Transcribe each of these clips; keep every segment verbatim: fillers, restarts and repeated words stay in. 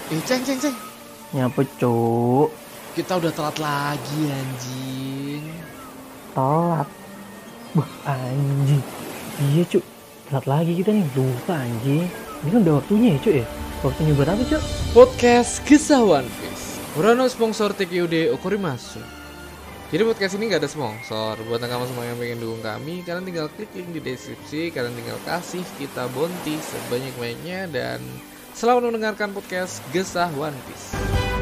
Eh, Ceng, Ceng, Ceng. Nyapa, Cuk? Kita udah telat lagi, anjing. Telat. Wah, anjing. Iya, Cuk. Telat lagi kita nih. Lupa, anjing. Ini kan udah waktunya ya, Cuk ya? Waktunya buat apa, Cuk? Podcast Kisah One Piece. Urano sponsor T Q D Okorimasu. Jadi podcast ini gak ada sponsor. Buat kamu semua yang pengen dukung kami, kalian tinggal klik link di deskripsi. Kalian tinggal kasih kita bounty sebanyak-banyaknya. Dan selamat mendengarkan podcast Kisah One Piece.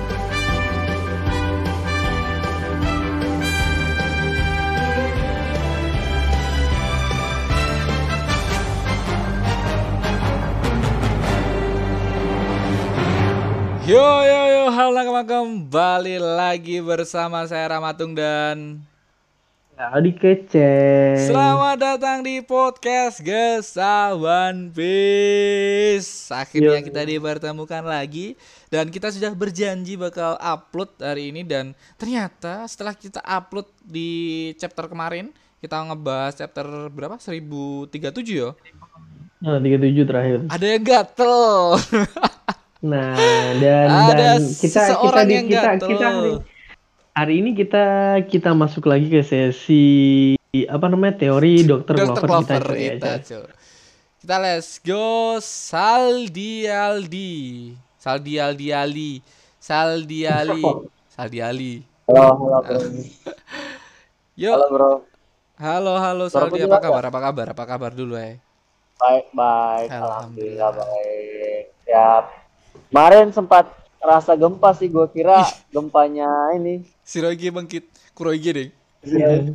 Yo yo yo, halo nakama, kembali lagi bersama saya Ramatung dan Aldi Keceng. selamat datang di podcast Kisah One Piece. Akhirnya Yo. kita dipertemukan lagi dan kita sudah berjanji bakal upload hari ini. Dan ternyata setelah kita upload di chapter kemarin, kita ngebahas chapter berapa? seribu tiga puluh tujuh ya? Nah, tiga puluh tujuh terakhir. Ada yang gatel. Nah, dan Ada dan kita kita seseorang di yang kita gatel. kita hari, hari ini kita kita masuk lagi ke sesi apa namanya teori dokter Dokter Clover kita, Clover Cuk, ya, kita, Cuk. Cuk. Kita let's go. Saldi Aldi, Saldi Aldi Ali, Saldi Ali, Saldi Ali. Halo, halo bro. Yuk. Halo bro. Halo, halo Suara Saldi, aku apa jelas kabar? Apa kabar? Apa kabar dulu ya? Baik, baik. Alhamdulillah. Alhamdulillah baik. Ya, kemarin sempat rasa gempa sih. Gue kira gempanya ini. Sirogi bangkit, Kurogi deh. Iya.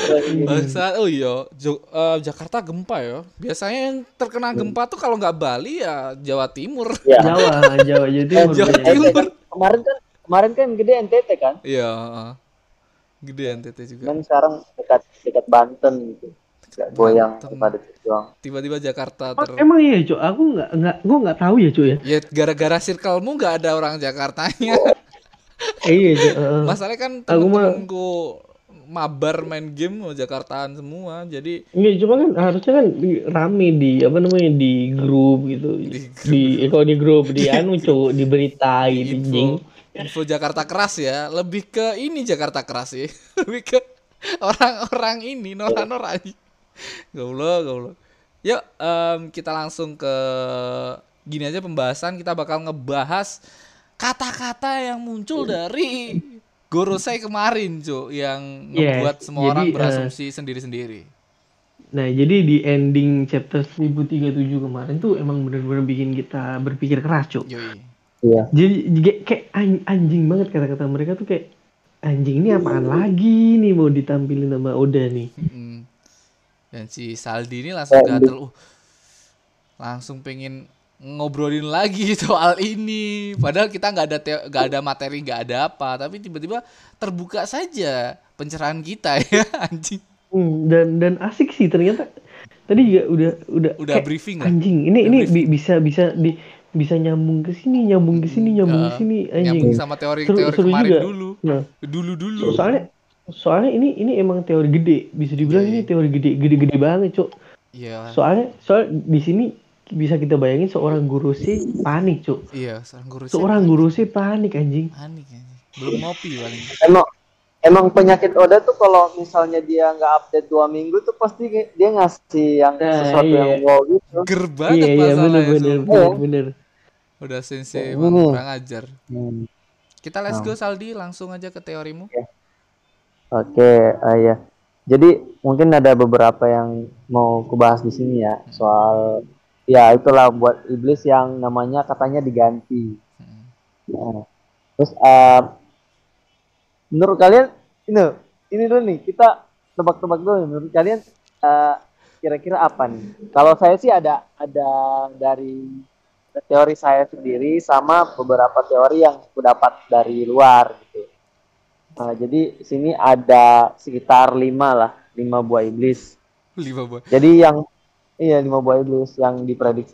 Bangsa, oh iya, Jo- eh, Jakarta gempa ya. Biasanya yang terkena gempa tuh kalau nggak Bali ya Jawa Timur. Ya. Jawa, Jawa Jawa Timur. Jawa banyak. Timur. Kemarin kan kemarin kan gede N T T kan. Iya, heeh. Gede N T T juga. Dan sekarang dekat dekat Banten gitu. Gak goyang Banten. pada doang. Tiba-tiba Jakarta Emang- ter Emang iya, Cuk. Aku nggak nggak gua nggak tahu ya, Cuk ya. Ya gara-gara circle-mu nggak ada orang Jakartanya. Eh, iya, Cuk. Heeh. Masalahnya kan Aku mah- temen-temenku mabar main game mau Jakartaan semua. Jadi Nggak, cuma kan harusnya kan di- rame di apa namanya di grup gitu Di di, eh, kalau di grup di anu Cuk, di berita gitu jing. info info Jakarta keras ya. Lebih ke ini Jakarta keras sih. Lebih ke orang-orang ini Nora-Nora. Gaulo, gaulo. Yuk, em, kita langsung ke gini aja pembahasan. Kita bakal ngebahas kata-kata yang muncul dari Gorosei kemarin, Cuk, yang Yes, ngebuat semua jadi, orang eh, berasumsi sendiri-sendiri. Nah, jadi di ending chapter seribu tiga puluh tujuh kemarin tuh emang benar-benar bikin kita berpikir keras, Cuk. Yoi. Iya. Jadi kayak, kayak an- anjing banget kata-kata mereka tuh kayak anjing ini apaan lagi nih mau ditampilin sama Oda nih. Mm. Dan si Saldi ini langsung gatel, uh, langsung pengen ngobrolin lagi soal ini. Padahal kita nggak ada teo- nggak ada materi, nggak ada apa, tapi tiba-tiba terbuka saja pencerahan kita ya, anjing. Hmm, dan dan asik sih ternyata. Tadi juga udah udah Udah kayak, briefing lah. anjing ini Udah ini briefing. bi- bisa bisa di bisa nyambung ke sini, nyambung ke sini, nyambung ke Eh, sini nyambung anjing. sama teori-teori Seru- seru kemarin juga. dulu, Nah, dulu-dulu. so- soalnya soalnya ini ini emang teori gede, bisa dibilang Iya, ini iya. teori gede gede-gede banget, Cuk. Iya, Soalnya soal di sini bisa kita bayangin seorang guru sih panik, Cuk. iya, seorang guru sih Seorang guru sih panik anjing. panik ya. Belum ngopi paling. Emang emang penyakit Oda tuh kalau misalnya dia nggak update dua minggu tuh pasti dia ngasih yang Nah, sesuatu iya. yang wow gitu. Ger banget Iya iya bener masalahnya, bener Sul. bener bener. Udah sensei Ini emang nih. kurang ajar. Hmm. Kita let's go Saldi, langsung aja ke teorimu. Oke, ah, ya. Jadi mungkin ada beberapa yang mau kubahas di sini ya soal ya itulah buat iblis yang namanya katanya diganti. Hmm. Nah, terus ah, menurut kalian ini ini dulu nih kita tebak-tebak dulu nih. Menurut kalian ah, kira-kira apa nih? Kalau saya sih ada ada dari teori saya sendiri sama beberapa teori yang aku dapat dari luar gitu. Nah, jadi di sini ada sekitar lima lah, lima buah iblis. Lima buah. Jadi yang iya lima buah iblis yang diprediksi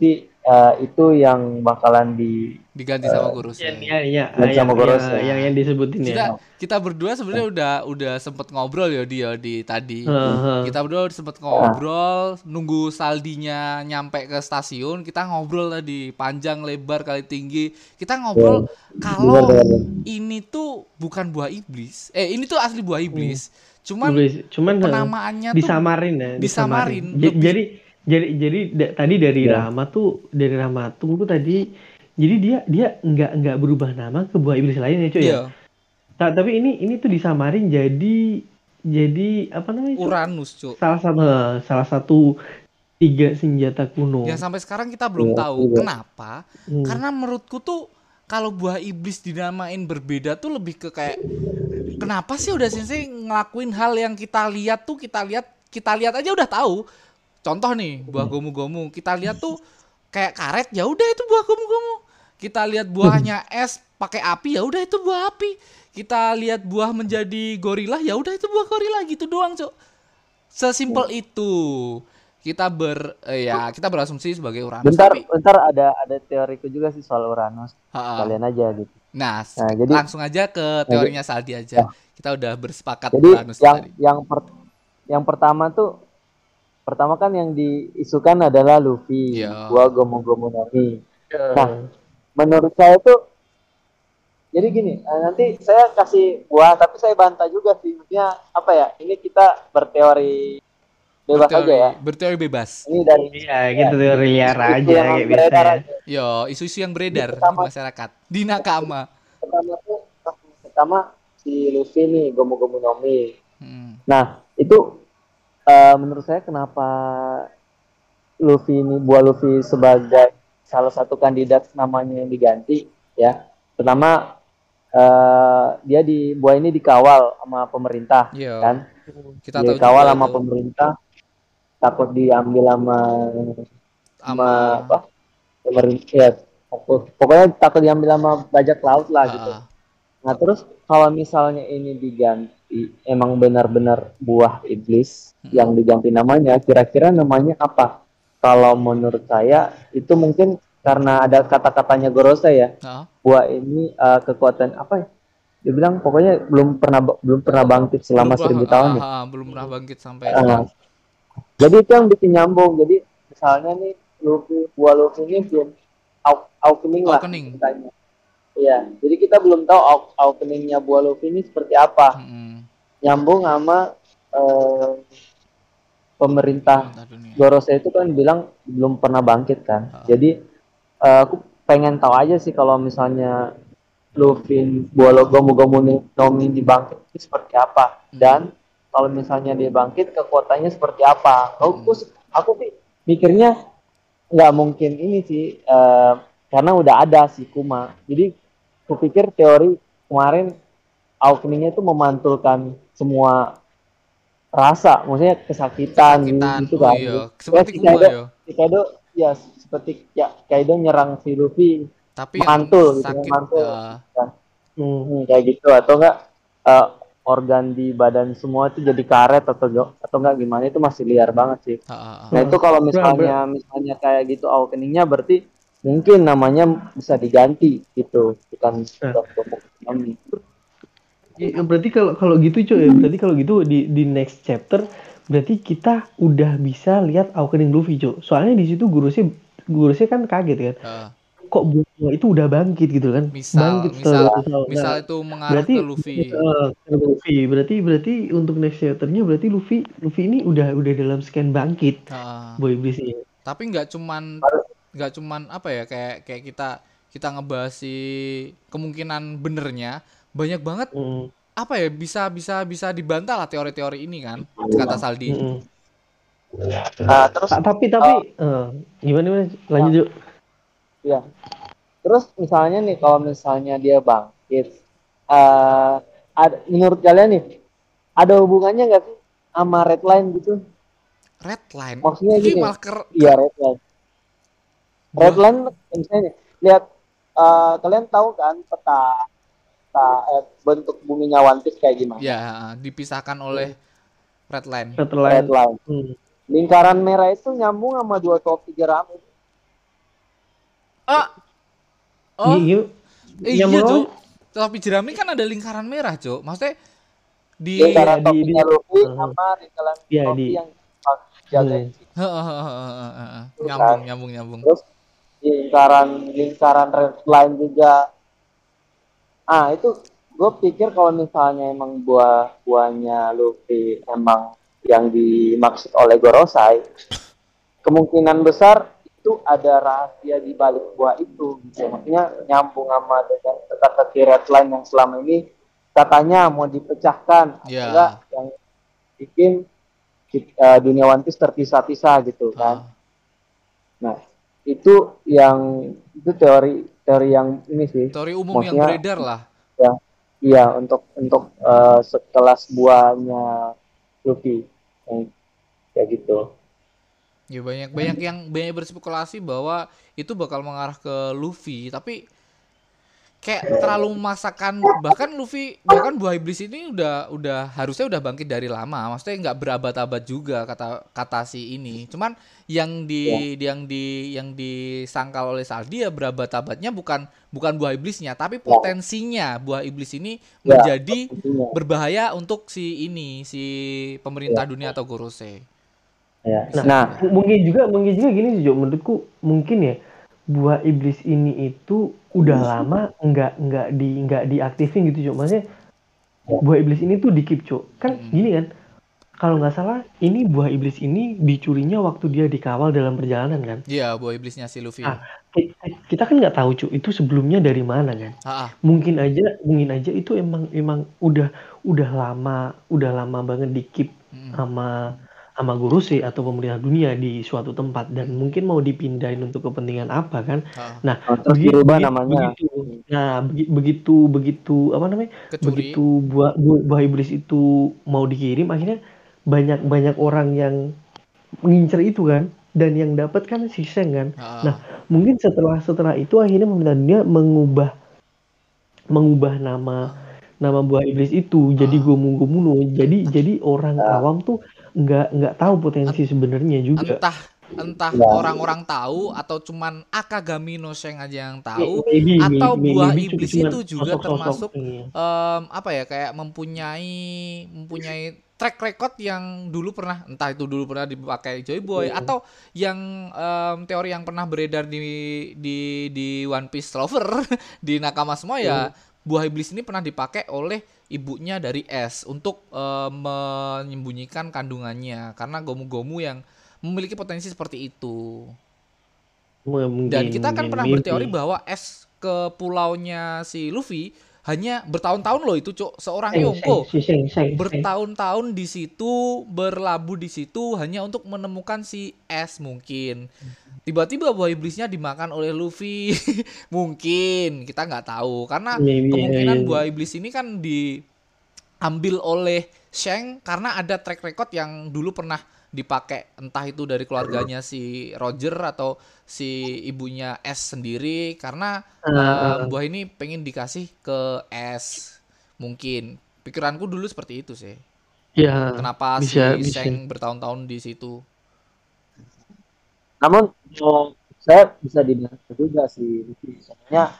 eh, itu yang bakalan di Diganti sama Gurus. Ya, Ya. ya, ya, Dan yang, sama Goros, yang, ya. yang, yang disebutin Kita ya. kita berdua sebenarnya udah udah sempet ngobrol ya dia di tadi. Heeh. Kita berdua sempet ngobrol, nunggu Saldinya nyampe ke stasiun, kita ngobrol tadi panjang lebar kali tinggi. Kita ngobrol kalau ini tuh bukan buah iblis. Eh, ini tuh asli buah iblis. Cuman Iblis. Cuman eh, penamaannya tuh disamarin ya, disamarin, J- lebih- Jadi jadi jadi da- tadi dari Ya. Rama tuh dari Ramatung tuh tadi jadi dia dia nggak nggak berubah nama ke buah iblis lain ya cuy ya. iya, Ta- tapi ini ini tuh disamarin jadi jadi apa namanya Cuk? Uranus, Cuk. Salah satu salah satu tiga senjata kuno. Yang sampai sekarang kita belum Iya, tahu iya. kenapa. Hmm. Karena menurutku tuh kalau buah iblis dinamain berbeda tuh lebih ke kayak kenapa sih udah sensei ngelakuin hal yang kita lihat tuh kita lihat kita lihat aja udah tahu. Contoh nih buah gomu-gomu kita lihat tuh kayak karet ya udah itu buah gomu-gomu. Kita lihat buahnya es pakai api ya udah itu buah api. Kita lihat buah menjadi gorila ya udah itu buah gorila gitu doang, Cok. Sesimpel itu. Kita ber eh, ya kita berasumsi sebagai Uranus. Bentar, Tapi, bentar ada ada teoriku juga sih soal Uranus. ha-ha. Kalian aja gitu. Nah, Nah, jadi- langsung aja ke teorinya Saldi aja. Kita udah bersepakat Jadi Uranus yang tadi. yang per- yang pertama tuh pertama kan yang diisukan adalah Luffy, Iya. buah Gomu Gomu Nami. Eh, Nah, menurut saya tuh jadi gini, eh, nanti saya kasih buah tapi saya bantah juga sih. Maksudnya apa ya? Ini kita berteori bebas berteori, aja ya. berteori bebas. Ini dari Iya, gitu teori liar isu aja yang kayak biasa beredar ya. aja. Yo, isu-isu yang beredar di Pertama- masyarakat. Di Nakama. Pertama tuh pertama si Luffy nih Gomu Gomu Nami. Hmm. Nah, itu eh, menurut saya kenapa Luffy ini buah Luffy sebagai salah satu kandidat namanya yang diganti ya. Pertama eh, dia di buah ini dikawal sama pemerintah Yo. kan. Kita tahu Dikawal juga sama itu. pemerintah takut diambil sama sama Sama apa? Pemerintah ya, takut- pokoknya takut diambil sama bajak laut lah gitu. ha-ha. Nah, terus kalau misalnya ini diganti emang benar-benar buah iblis Hmm. yang diganti namanya, kira-kira namanya apa? Kalau menurut saya itu mungkin karena ada kata-katanya Gorose ya, Ha? buah ini eh, kekuatan apa ya? Dia bilang pokoknya belum pernah belum pernah bangkit selama Belum seribu pernah- tahun ya. ha-ha, belum pernah bangkit sampai Ah. sekarang. Jadi itu yang bikin nyambung. Jadi misalnya nih Luffy, buah Luffy ini belum au- awakening lah Awakening. ceritanya. Iya, jadi kita belum tahu aw- awakeningnya buah Luffy ini seperti apa. Mm-mm. Nyambung sama eh, pemerintah Pemerintah dunia. Gorose itu kan bilang belum pernah bangkit kan. Ah. Jadi eh, aku pengen tahu aja sih kalau misalnya Luffy buah lo- Gomu Gomu Nomi dibangkit itu seperti apa, dan kalau misalnya dia bangkit kekuatannya seperti apa. Kalau aku sih- aku sih mikirnya nggak mungkin ini sih eh, karena udah ada si Kuma. Jadi aku pikir teori kemarin awakeningnya itu memantulkan semua rasa, maksudnya kesakitan, Kesakitan, gitu oh kan. iya. Ya, Seperti si Kuma Kaido, ya. si Kaido ya seperti ya Kaido nyerang si Luffy Tapi yang mantul gitu, sakit mantul. ah, kan. Hmm, kayak gitu atau enggak eh, organ di badan semua itu jadi karet atau jo- atau enggak gimana itu masih liar banget sih. ha-ha. Nah, itu kalau Bro, misalnya misalnya kayak gitu awakeningnya berarti mungkin namanya bisa diganti gitu, bukan Eh. Dokter Kami. Iya, berarti kalau kalau gitu cuy, berarti kalau gitu di di next chapter berarti kita udah bisa lihat awakening Luffy cuy. Soalnya di situ gurusnya gurusnya kan kaget kan. Ah. Kok bunga itu udah bangkit gitu kan? Misal, bangkit misal, setelah satu tahun. misal Nah, itu mengarah berarti ke Luffy. eh, ke Luffy. Berarti berarti untuk next chapternya berarti Luffy Luffy ini udah udah dalam scan bangkit Ha. boy iblis ini. Tapi nggak cuman nggak cuman apa ya kayak kayak kita kita ngebahas si kemungkinan benernya banyak banget Mm, apa ya bisa bisa bisa dibantah lah teori-teori ini kan kata Saldi. mm, mm. Nah, terus Ta- tapi tapi eh, gimana gimana lanjut yuk. ya. Terus misalnya nih kalau misalnya dia bangkit eh ada, menurut kalian nih ada hubungannya nggak sih sama red line gitu? Red line. Maksudnya Ini gini. malah ker- Iya, red line. Red line misalnya lihat eh, kalian tahu kan peta peta eh, bentuk buminya One Piece kayak gimana? ya dipisahkan oleh red line. Red Red line. line. Hmm. Lingkaran merah itu nyambung sama dua topi jeram itu. Ah, oh, Gitu. eh, iya, Cok. Topi jerami kan ada lingkaran merah, Cok. Maksudnya di Lingkaran Iya, di, di topinya Luffy uh, sama lingkaran ya topi di yang jagain hmm. si itu kan. nyambung, nyambung, nyambung. Terus lingkaran lingkaran red line juga. Ah itu gue pikir kalau misalnya emang buah buahnya Luffy emang yang dimaksud oleh Gorosei, kemungkinan besar itu ada rahasia di balik buah itu gitu. Maksudnya nyambung sama dengan teka-teki red line yang selama ini katanya mau dipecahkan atau enggak Ya. yang bikin uh, dunia One Piece terpisah-pisah gitu kan. Ah. Nah, itu yang itu teori teori yang ini sih. Teori umum yang Maksudnya beredar lah. ya iya untuk untuk uh, sekelas buahnya Luffy yang kayak gitu. Ya banyak banyak yang banyak berspekulasi bahwa itu bakal mengarah ke Luffy, tapi kayak terlalu memaksakan. Bahkan Luffy, bahkan buah iblis ini udah udah harusnya udah bangkit dari lama, maksudnya nggak berabad-abad juga kata kata si ini. Cuman yang di Ya. yang di yang disangkal oleh Saldi ya berabad-abadnya bukan bukan buah iblisnya, tapi Ya. potensinya buah iblis ini Ya, menjadi tentunya. berbahaya untuk si ini si pemerintah Ya. dunia atau Gorosei. Ya. Nah, Nah, m- mungkin juga mungkin juga gini sih, Jo. Menurutku mungkin ya buah iblis ini itu udah lama nggak nggak di nggak diaktifin gitu, Jo. Maksudnya buah iblis ini tuh dikip, Jo. Kan Mm-mm. gini kan, kalau nggak salah ini buah iblis ini dicurinya waktu dia dikawal dalam perjalanan kan. Iya, buah iblisnya si Luffy. Nah, ki- kita kan nggak tahu, Cuk, itu sebelumnya dari mana kan. Ah, ah. Mungkin aja mungkin aja itu emang emang udah udah lama udah lama banget dikip Mm-mm. sama sama Gorosei atau pemerintah dunia di suatu tempat dan mungkin mau dipindahin untuk kepentingan apa kan. Ah. Nah, terus begi- dirubah begi- namanya. begitu nah begi- begitu begitu apa namanya? Kecuri. Begitu buah buah buah iblis itu mau dikirim akhirnya banyak banyak orang yang mengincar itu kan dan yang dapat kan si Sheng kan. Ah. Nah, mungkin setelah setelah itu akhirnya pemerintah dunia mengubah mengubah nama nama buah iblis itu jadi Ah. Gomu Gomu no. Jadi jadi orang Ah. awam tuh nggak nggak tahu potensi sebenarnya juga. Entah entah Ya. orang-orang tahu atau cuman Akagami no Sheng aja yang tahu Maybe, atau maybe, buah maybe iblis cuma itu juga sosok-sosok, termasuk iya. em, apa ya kayak mempunyai mempunyai track record yang dulu pernah entah itu dulu pernah dipakai Joy Boy Hmm. atau yang em, teori yang pernah beredar di di di One Piece Lover di Nakama semua ya buah iblis ini pernah dipakai oleh ibunya dari S untuk em, menyembunyikan kandungannya karena gomu-gomu yang memiliki potensi seperti itu. Mungkin, Dan kita kan mungkin, pernah maybe. berteori bahwa S ke pulaunya si Luffy hanya bertahun-tahun loh itu, Cuk. Seorang Sheng, Yonko Sheng, Sheng, Sheng, Sheng. bertahun-tahun di situ, berlabuh di situ hanya untuk menemukan si S mungkin. Tiba-tiba buah iblisnya dimakan oleh Luffy. Mungkin, kita nggak tahu karena Maybe, kemungkinan ya, ya. buah iblis ini kan diambil oleh Sheng karena ada track record yang dulu pernah dipakai entah itu dari keluarganya si Roger atau si ibunya S sendiri karena Ah, em, ah. buah ini pengen dikasih ke S mungkin pikiranku dulu seperti itu sih Ya, kenapa bisa, si bisa. Sheng bertahun-tahun di situ. Namun eh, saya bisa dibilang juga sih, soalnya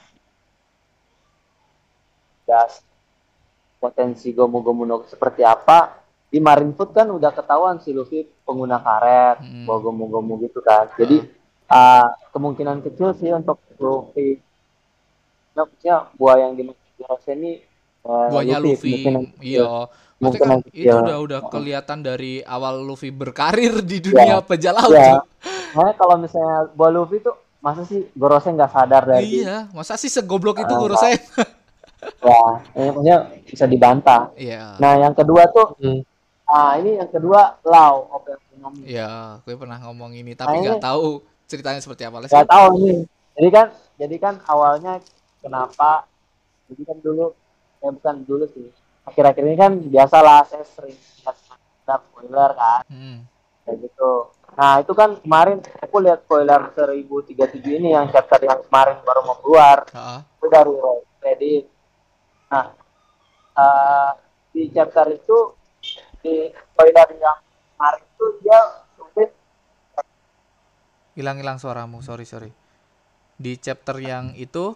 gas potensi Gomu Gomu no seperti apa di Marineford kan udah ketahuan si Luffy pengguna karet, Hmm. bawa Gomu Gomu gitu kan. Jadi uh, kemungkinan kecil sih untuk Luffy, maksudnya buah yang dimaksud Gorosei ini uh, Buahnya Luffy, Luffy, kemungkinan kecil. iya. Maksudnya kan Kemungkinan itu kecil. udah udah kelihatan dari awal Luffy berkarir di dunia Ya. bajak laut. Ya. Cuk. Nah, kalau misalnya buah Luffy tuh masa sih Gorosei nggak sadar dari Iya, masa sih segoblok itu Ah, Gorosei? ya, ini maksudnya bisa dibantah. Iya. Nah, yang kedua tuh, Hmm. ah ini yang kedua Lau Open Tsunami. Iya, gue pernah ngomong ini tapi Nah, nggak ini- tahu ceritanya seperti apa. Les. Gak tahu nih. Jadi kan, jadi kan awalnya kenapa? Jadi kan dulu, ya bukan dulu sih. Akhir-akhir ini kan biasalah saya sering lihat ada spoiler kan, Hmm. kayak gitu. Nah itu kan kemarin aku lihat spoiler seribu tiga puluh tujuh ini yang chapter yang kemarin baru mau keluar. Heeh. Itu dari Reddit. Nah uh, di chapter itu di spoiler yang kemarin itu dia tulis Hilang-hilang suaramu, sorry sorry. di chapter yang itu.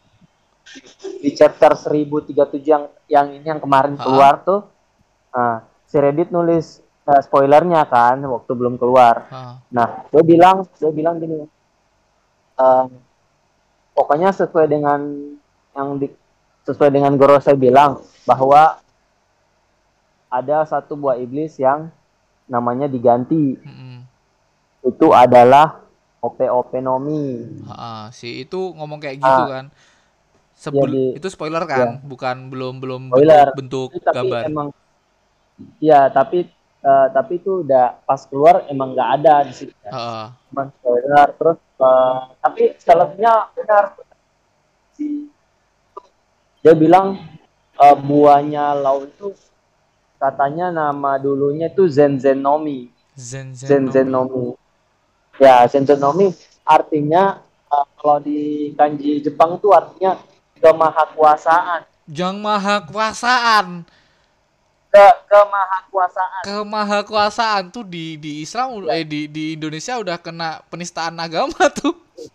Di chapter seribu tiga puluh tujuh yang yang ini yang kemarin Ha-ha. keluar tuh, nah, si Reddit nulis uh, spoilernya kan waktu belum keluar. Ha. Nah, dia bilang dia bilang gini, uh, pokoknya sesuai dengan yang di, sesuai dengan Goro saya bilang bahwa ada satu buah iblis yang namanya diganti. Mm-mm. Itu adalah O P O P Nomi. Ha-ha. Si itu ngomong kayak gitu Ah, kan. Sebel di- itu spoiler ya. kan, bukan belum belum Spoiler. bentuk bentuk Itu tapi gambar. emang ya tapi uh, tapi itu udah pas keluar emang nggak ada di situ. Ha-ha. Cuman spoiler terus uh, tapi selebihnya benar. Si dia bilang uh, buahnya Lau itu katanya nama dulunya itu Zenzen-Nomi. Zen Zen Zenzen-Nomi. Ya, Zenzen-Nomi artinya uh, kalau di kanji Jepang tuh artinya kemahakuasaan. Yang maha kuasaan. Ke kemahakuasaan. Kemahakuasaan tuh di di Islam eh di di Indonesia udah kena penistaan agama tuh.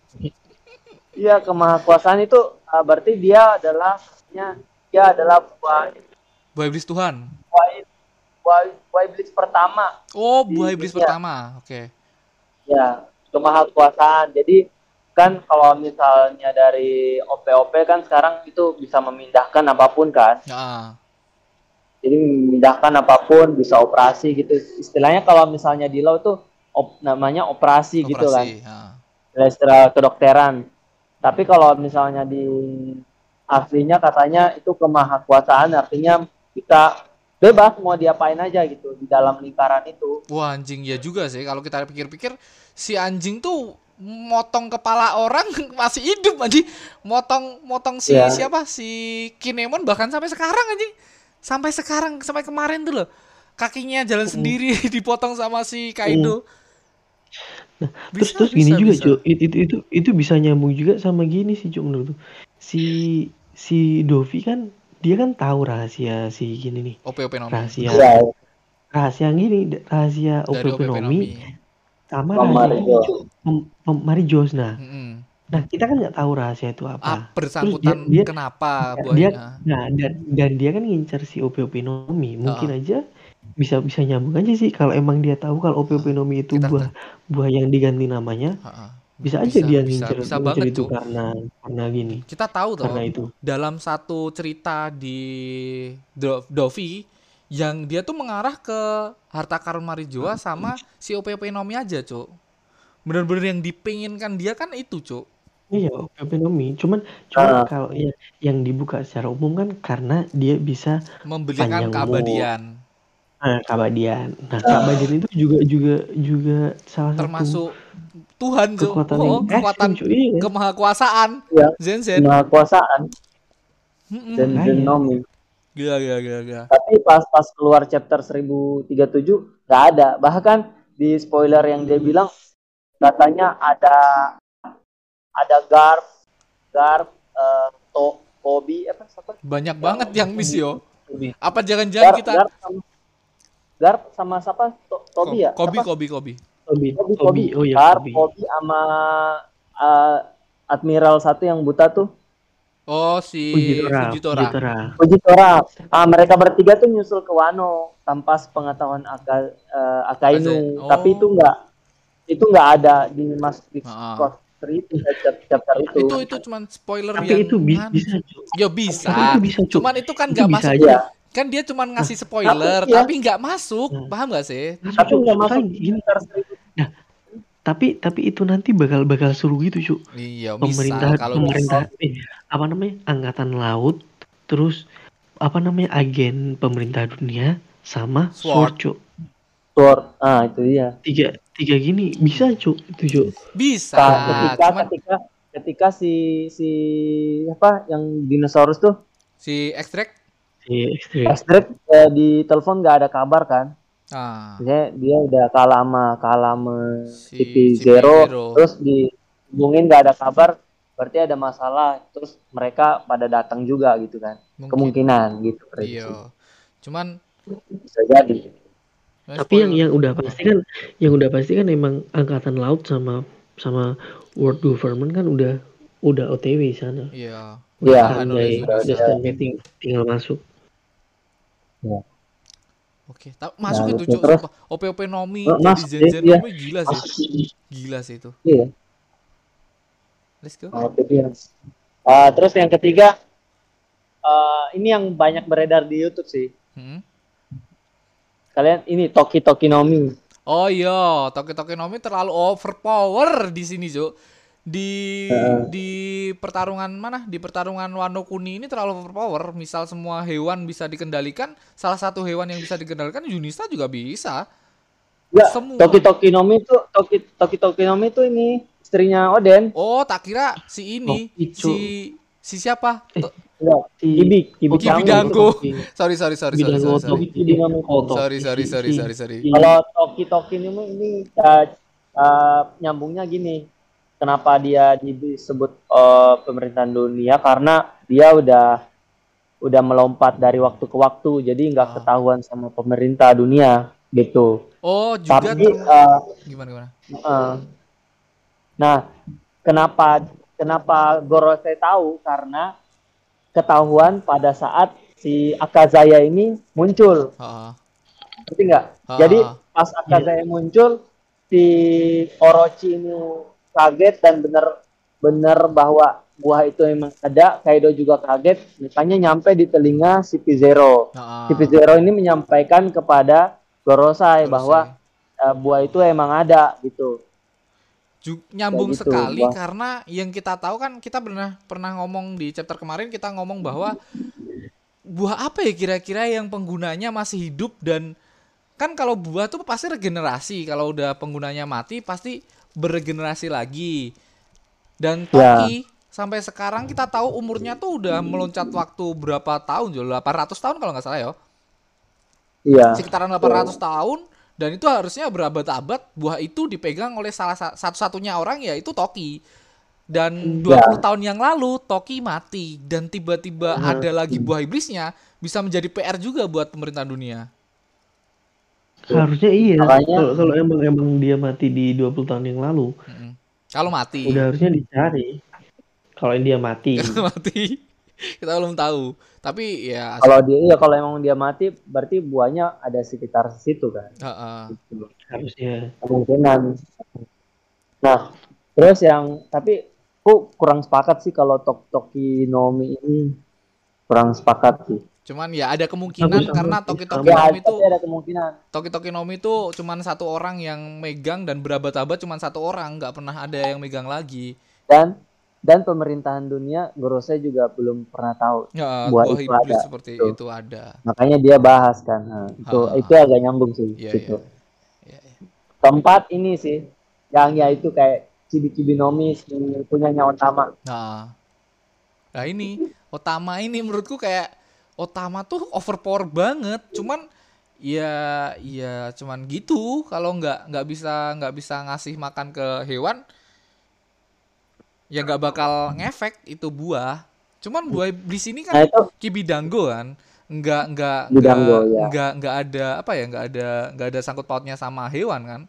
Iya, kemahakuasaan itu uh, berarti dia adalah artinya dia adalah buah Buah iblis Tuhan. buah, buah, buah iblis pertama. Oh, Di buah iblis dunia. pertama. Oke. Ya, kemahakuasaan. Jadi kan kalau misalnya dari O P O P kan sekarang itu bisa memindahkan apapun kan. Nah, Jadi memindahkan apapun, bisa operasi gitu. Istilahnya kalau misalnya di law tuh op, namanya operasi, gitu kan. operasi. Nah. Istilah kedokteran. Tapi kalau misalnya di aslinya katanya itu kemahakuasaan, artinya kita bebas mau diapain aja gitu di dalam lingkaran itu. Wah, anjing ya juga sih kalau kita pikir-pikir si anjing tuh motong kepala orang masih hidup anjing. Motong motong si Iya. siapa? Si Kinemon bahkan sampai sekarang anjing. Sampai sekarang sampai kemarin tuh loh. Kakinya jalan sendiri dipotong sama si Kaido. Nah, Bisa, terus terus gini bisa, juga, bisa. Cuk. It- Itu itu itu bisa nyambung juga sama gini sih, Cuk, menurut tuh. Si si Dovi kan dia kan tahu rahasia si gini nih. O P O P Nomi. Rahasia Iya. rahasia yang gini, d- rahasia Dari O P O P Opeonomi Nomi. sama Sama rahasia ini, Marijos. Cuk. Pem- pem- Marijos. Nah, Mm-mm. nah kita kan nggak tahu rahasia itu Ah, apa. Terus dia bersangkutan dia kenapa dia buahnya? nah dan dan dia kan ngincar si Opeonomi. Mungkin Ah. aja bisa bisa nyambung aja sih kalau emang dia tahu kalau Opeonomi itu Kita- buah buah yang diganti namanya. Ah, ah. Bisa aja dia ngincer, bisa ngincer banget itu Cuk. karena karena gini, Kita tahu toh karena itu. dalam satu cerita di Do- Dovi yang dia tuh mengarah ke harta karun Marijoa sama si O P O P Nomi aja, Cuk. Bener-bener yang dipinginkan dia kan itu, Cuk. Iya, Opeonomi. Cuman cuman Ah. kalau yang, yang dibuka secara umum kan karena dia bisa Memberikan Panjang umur. keabadian. nah, keabadian. Nah, keabadian itu juga juga juga salah satu Termasuk Tuhan, Cuk. kekuatan Oh, yang kekuatan ekstrim, cuy. Iya. kemahakuasaan. Iya. Zen Zen. Kemahakuasaan. Mm-mm. Zenzen-Nomi. Gila, gila, gila, gila. Tapi pas pas keluar chapter seribu tiga puluh tujuh nggak ada. Bahkan di spoiler yang dia bilang katanya ada ada Garp, Garp, uh, to, Kobi apa siapa? Banyak banget yang miss yo. Kobi. Apa jangan-jangan Garp, kita Garp sama Garp sama siapa? To, Tobi ya? Kobi, Siapa? Kobi, Kobi. Kobi, Kobi, Kobi. Kobi. Oh ya, Garp, Kobi. Kobi sama uh, Admiral satu yang buta tuh. Oh, si Fujitora, Fujitora. Fujitora. Fujitora. Ah, mereka bertiga tuh nyusul ke Wano tanpa sepengetahuan Aka, uh, Akainu. Oh. Tapi itu enggak itu enggak ada di Mas di Ah. chapter itu, chapter itu. Itu itu cuman spoiler Tapi yang itu bi- mana? bisa, Cuk. Ya bisa. Tapi itu bisa, Cuk. Cuman itu kan Itu nggak bisa masuk. aja. Kan dia cuman ngasih spoiler, Tapi, iya. tapi nggak masuk. Hmm. Paham nggak sih? Masuk, Tapi Cuk. enggak masuk Soalnya di gini. chapter seribu. Tapi tapi itu nanti bakal bakal seru gitu, Cuk. Iya, Pemerintah bisa kalau pemerintah eh, apa namanya? Angkatan laut, terus apa namanya? Agen pemerintah dunia sama Sword. Sword, Cuk. Sword. Ah, itu dia. Tiga tiga gini bisa, Cuk. Itu, Cuk. bisa. Nah, ketika Cuman ketika ketika si si apa yang dinosaurus tuh si ekstrak Si ekstrim. Astrid eh, di telepon nggak ada kabar kan? ah Maksudnya dia udah kalah sama kalah sama Si- C P si Zero, P Zero. terus dihubungin nggak ada kabar, berarti ada masalah. Terus mereka pada datang juga gitu kan? mungkin. Kemungkinan gitu. prediksi. Iya. Cuman Bisa jadi. Tapi yang yang udah pasti kan yang udah pasti kan emang angkatan laut sama sama world government kan udah udah O T W sana. Iya. Iya. Ditahan oleh Andai Zunisa. Justin May ting- tinggal masuk. Oke, ta- masuk Nah, itu gitu. Cuk, Terus sumpah. O P O P Nomi eh, jadi masuk Zen sih, Zen iya. Nomi gila sih. Masuk sih. Gila sih itu. Iya. Let's go. Oh, itu dia. Ah, terus yang ketiga, eh, ini yang banyak beredar di YouTube sih. Hmm. Kalian ini Toki Toki Nomi. Oh iya, Toki Toki Nomi terlalu overpower di sini, Cuk. Di Heeh. di pertarungan mana? Di pertarungan Wano Kuni ini terlalu overpower. Misal semua hewan bisa dikendalikan, salah satu hewan yang bisa dikendalikan Yunista juga bisa. Ya, Semua. Toki Toki Nomi itu Toki Toki Toki Nomi itu ini istrinya Oden. Oh, tak kira si ini, Oh, itu. si si siapa? To- Enggak, Si Kibi, Kibi Oh, Kibi Dango. Dango. Toki. sorry, sorry, sorry, sorry, Bidango sorry, sorry. Toki dia ngomong kotor. Sorry, sorry, sorry, sorry, sorry. Kalau Toki Toki Nomi ini uh, uh, nyambungnya gini. Kenapa dia disebut uh, pemerintahan dunia? Karena dia udah udah melompat dari waktu ke waktu, jadi nggak Ah. ketahuan sama pemerintah dunia gitu. Oh, juga Tapi term- uh, gimana gimana? uh, nah, kenapa kenapa Gorosei tahu? Karena ketahuan pada saat si Akazaya ini muncul, Heeh. ngerti nggak? Ah. Jadi pas Akazaya muncul, si Orochi ini kaget dan benar-benar bahwa buah itu memang ada. Kaido juga kaget, makanya nyampe di telinga si P-Zero. Heeh. Si P-Zero ini menyampaikan kepada Gorosei Gorosei. bahwa uh, buah itu emang ada gitu. Ju- nyambung Kayak gitu, sekali Bang. karena yang kita tahu kan kita pernah pernah ngomong di chapter kemarin, kita ngomong bahwa buah apa ya kira-kira yang penggunanya masih hidup, dan kan kalau buah tuh pasti regenerasi, kalau udah penggunanya mati pasti beregenerasi lagi. Dan Toki sampai sekarang kita tahu umurnya tuh udah meloncat waktu berapa tahun, Jo? delapan ratus tahun kalau nggak salah ya. Iya. Sekitaran delapan ratus tahun, dan itu harusnya berabad-abad buah itu dipegang oleh salah sa- satu-satunya orang, yaitu Toki. Dan dua puluh tahun yang lalu Toki mati, dan tiba-tiba ada lagi buah iblisnya, bisa menjadi P R juga buat pemerintahan dunia. Harusnya iya. Makanya- Kalau kalau emang emang dia mati di dua puluh tahun yang lalu, Mm-mm. Kalau mati, udah harusnya dicari. Kalau dia mati. mati kita belum tahu. Tapi ya, Kalau dia iya kalau emang dia mati berarti buahnya ada sekitar situ kan. heeh. Harusnya. Kemungkinan. Nah, terus yang tapi aku kurang sepakat sih kalau Tok Toki Nomi ini kurang sepakat sih. Cuman ya ada kemungkinan Aku sama karena sih, Toki Toki Ya, Nomi itu tapi ada kemungkinan. Toki Toki Nomi itu cuman satu orang yang megang, dan berabad-abad cuman satu orang, nggak pernah ada yang megang lagi. Dan dan pemerintahan dunia Gorosei juga belum pernah tahu. Ya, Buah buah itu iblis ada, seperti gitu. itu ada. Makanya dia bahas kan. Nah, itu Ha. itu agak nyambung sih Iya, gitu. iya. Iya, iya. Keempat ini sih yang ya itu kayak Cibi-Cibi Nomi punyanya Otama. Nah, nah ini Otama ini menurutku kayak Otama tuh overpower banget. Cuman ya ya cuman gitu. Kalau nggak nggak bisa nggak bisa ngasih makan ke hewan, ya nggak bakal ngefek itu buah. Cuman buah iblis ini Nah, kan itu Kibidango kan, nggak nggak Kibidango, nggak ya. nggak nggak ada apa ya nggak ada nggak ada sangkut pautnya sama hewan kan.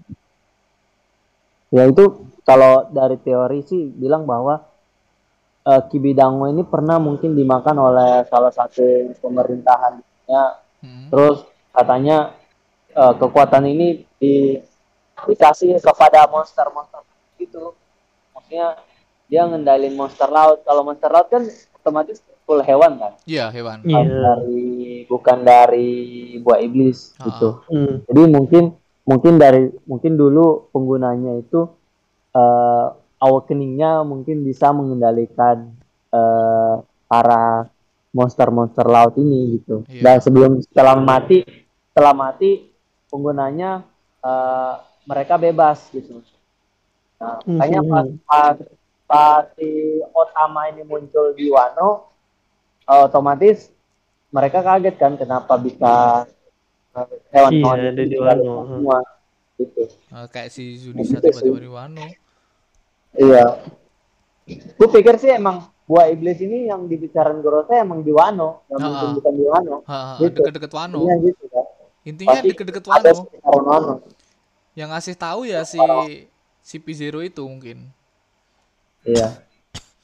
ya itu kalau dari teori sih bilang bahwa eh, Kibidango ini pernah mungkin dimakan oleh salah satu pemerintahannya. Hmm. Terus katanya eh, kekuatan ini di, dikasih kepada monster-monster itu. Maksudnya dia ngendalin monster laut. Kalau monster laut kan otomatis full hewan kan. Iya, hewan. Iya. Bukan dari bukan dari buah iblis Ah. gitu. Hmm. Jadi mungkin mungkin dari mungkin dulu penggunanya itu uh, awakeningnya mungkin bisa mengendalikan uh, para monster-monster laut ini gitu. Iya. Dan sebelum setelah mati setelah mati penggunanya uh, mereka bebas gitu. Nah, Hmm. makanya pas, pas, pas si Otama ini muncul di Wano, uh, otomatis mereka kaget kan kenapa bisa hewan-hewan Iya, ada itu di tinggal Wano. semua gitu. Eh, kayak si Zunisa Gitu sih. tiba-tiba di Wano. Iya. Gue pikir sih emang buah iblis ini yang dibicarain Gorosei emang di Wano, nggak Ah, mungkin ah. bukan di Wano. Ha, ha, Gitu. deket-deket Wano. Iya gitu kan. Intinya Pasti deket-deket ada Wano. sekitaran Wano. Yang ngasih tahu ya si si P-Zero itu mungkin. Iya.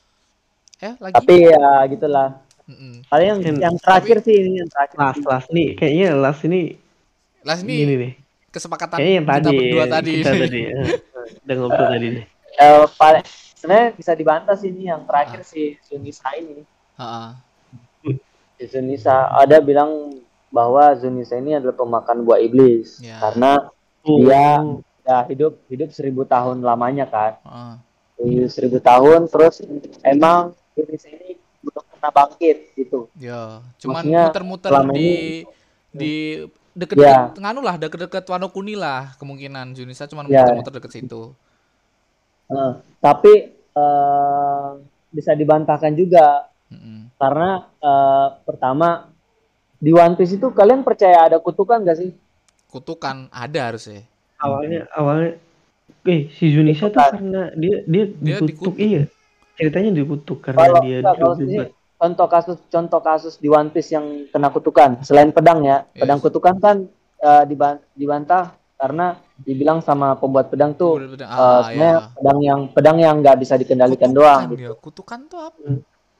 Eh lagi. Tapi ya gitulah. Mm-mm. Paling yang Yang- yang terakhir sih ini yang terakhir. Last last nih kayaknya last ini Lah ini gini nih. kesepakatan Kayaknya yang kita tadi berdua ya, tadi. kita tadi eh, udah ngobrol tadi nih. Eh, paling sebenarnya bisa dibantah sih ini yang terakhir si Zunisa ini. Heeh. Si Zunisa ada bilang bahwa Zunisa ini adalah pemakan buah iblis Ya. karena dia ya hidup hidup seribu tahun lamanya kan. Heeh. Hidup seribu tahun terus emang Zunisa ini belum pernah bangkit gitu. Ya, cuman Maksudnya muter-muter selama di ini- di deket-deket Ya. nganu lah, deket-deket Wano Kuni lah kemungkinan Junisa cuman Ya. muter-muter deket situ. Eh, tapi eh, bisa dibantahkan juga Mm-mm. karena eh, pertama di One Piece itu kalian percaya ada kutukan gak sih? Kutukan ada harusnya. Awalnya awalnya eh si Zunisa tuh karena dia dia Dia dikutuk, dikutuk. iya. Ceritanya dikutuk karena Kalau dia enggak, kalau juga. sini contoh kasus contoh kasus di One Piece yang kena kutukan selain pedang ya, pedang Yes. kutukan kan eh, diban- dibantah karena dibilang sama pembuat pedang tuh Pembuat pedang, eh, ah, sebenarnya ya. pedang yang pedang yang nggak bisa dikendalikan Kutukan doang gitu. ya, kutukan tuh apa? Hmm.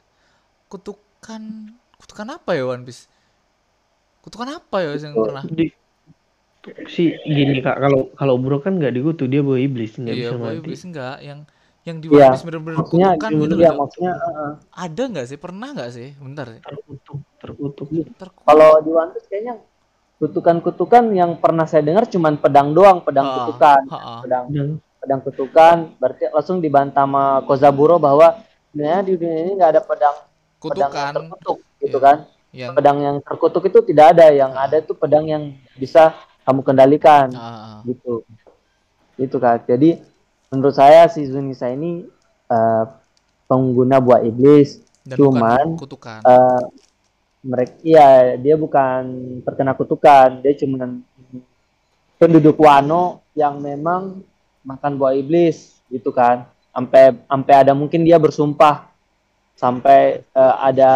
Kutukan kutukan apa ya One Piece? Kutukan apa ya yang Betul. pernah? Di, si gini kak, kalau kalau bro kan nggak dikutuk, dia bawa iblis nggak Iya, bisa Boy mati. Iblis enggak yang yang di One Iya, Piece bener-bener maksudnya kutukan gini gitu ya, loh. Cok. maksudnya eh, eh. Ada nggak sih? Pernah nggak sih? Bentar ya. Terkutuk, terkutuk. Terkutuk. Kalau di One Piece kayaknya kutukan-kutukan yang pernah saya dengar cuman pedang doang, pedang Ha, kutukan, ha, ha. pedang Dan pedang kutukan, berarti langsung dibantah sama Kozaburo bahwa sebenarnya di dunia ini nggak ada pedang pedang yang Kutukan terkutuk gitu Iya. kan. yang Pedang yang terkutuk itu tidak ada, yang Ah. ada itu pedang yang bisa kamu kendalikan ah, ah. gitu. Itu kan. Jadi menurut saya si Zunisa ini eh, pengguna buah iblis, Dan cuman bukan kutukan. eh, mereka iya dia bukan terkena kutukan, dia cuma penduduk Wano yang memang makan buah iblis gitu kan. Sampai sampai ada mungkin dia bersumpah sampai eh, ada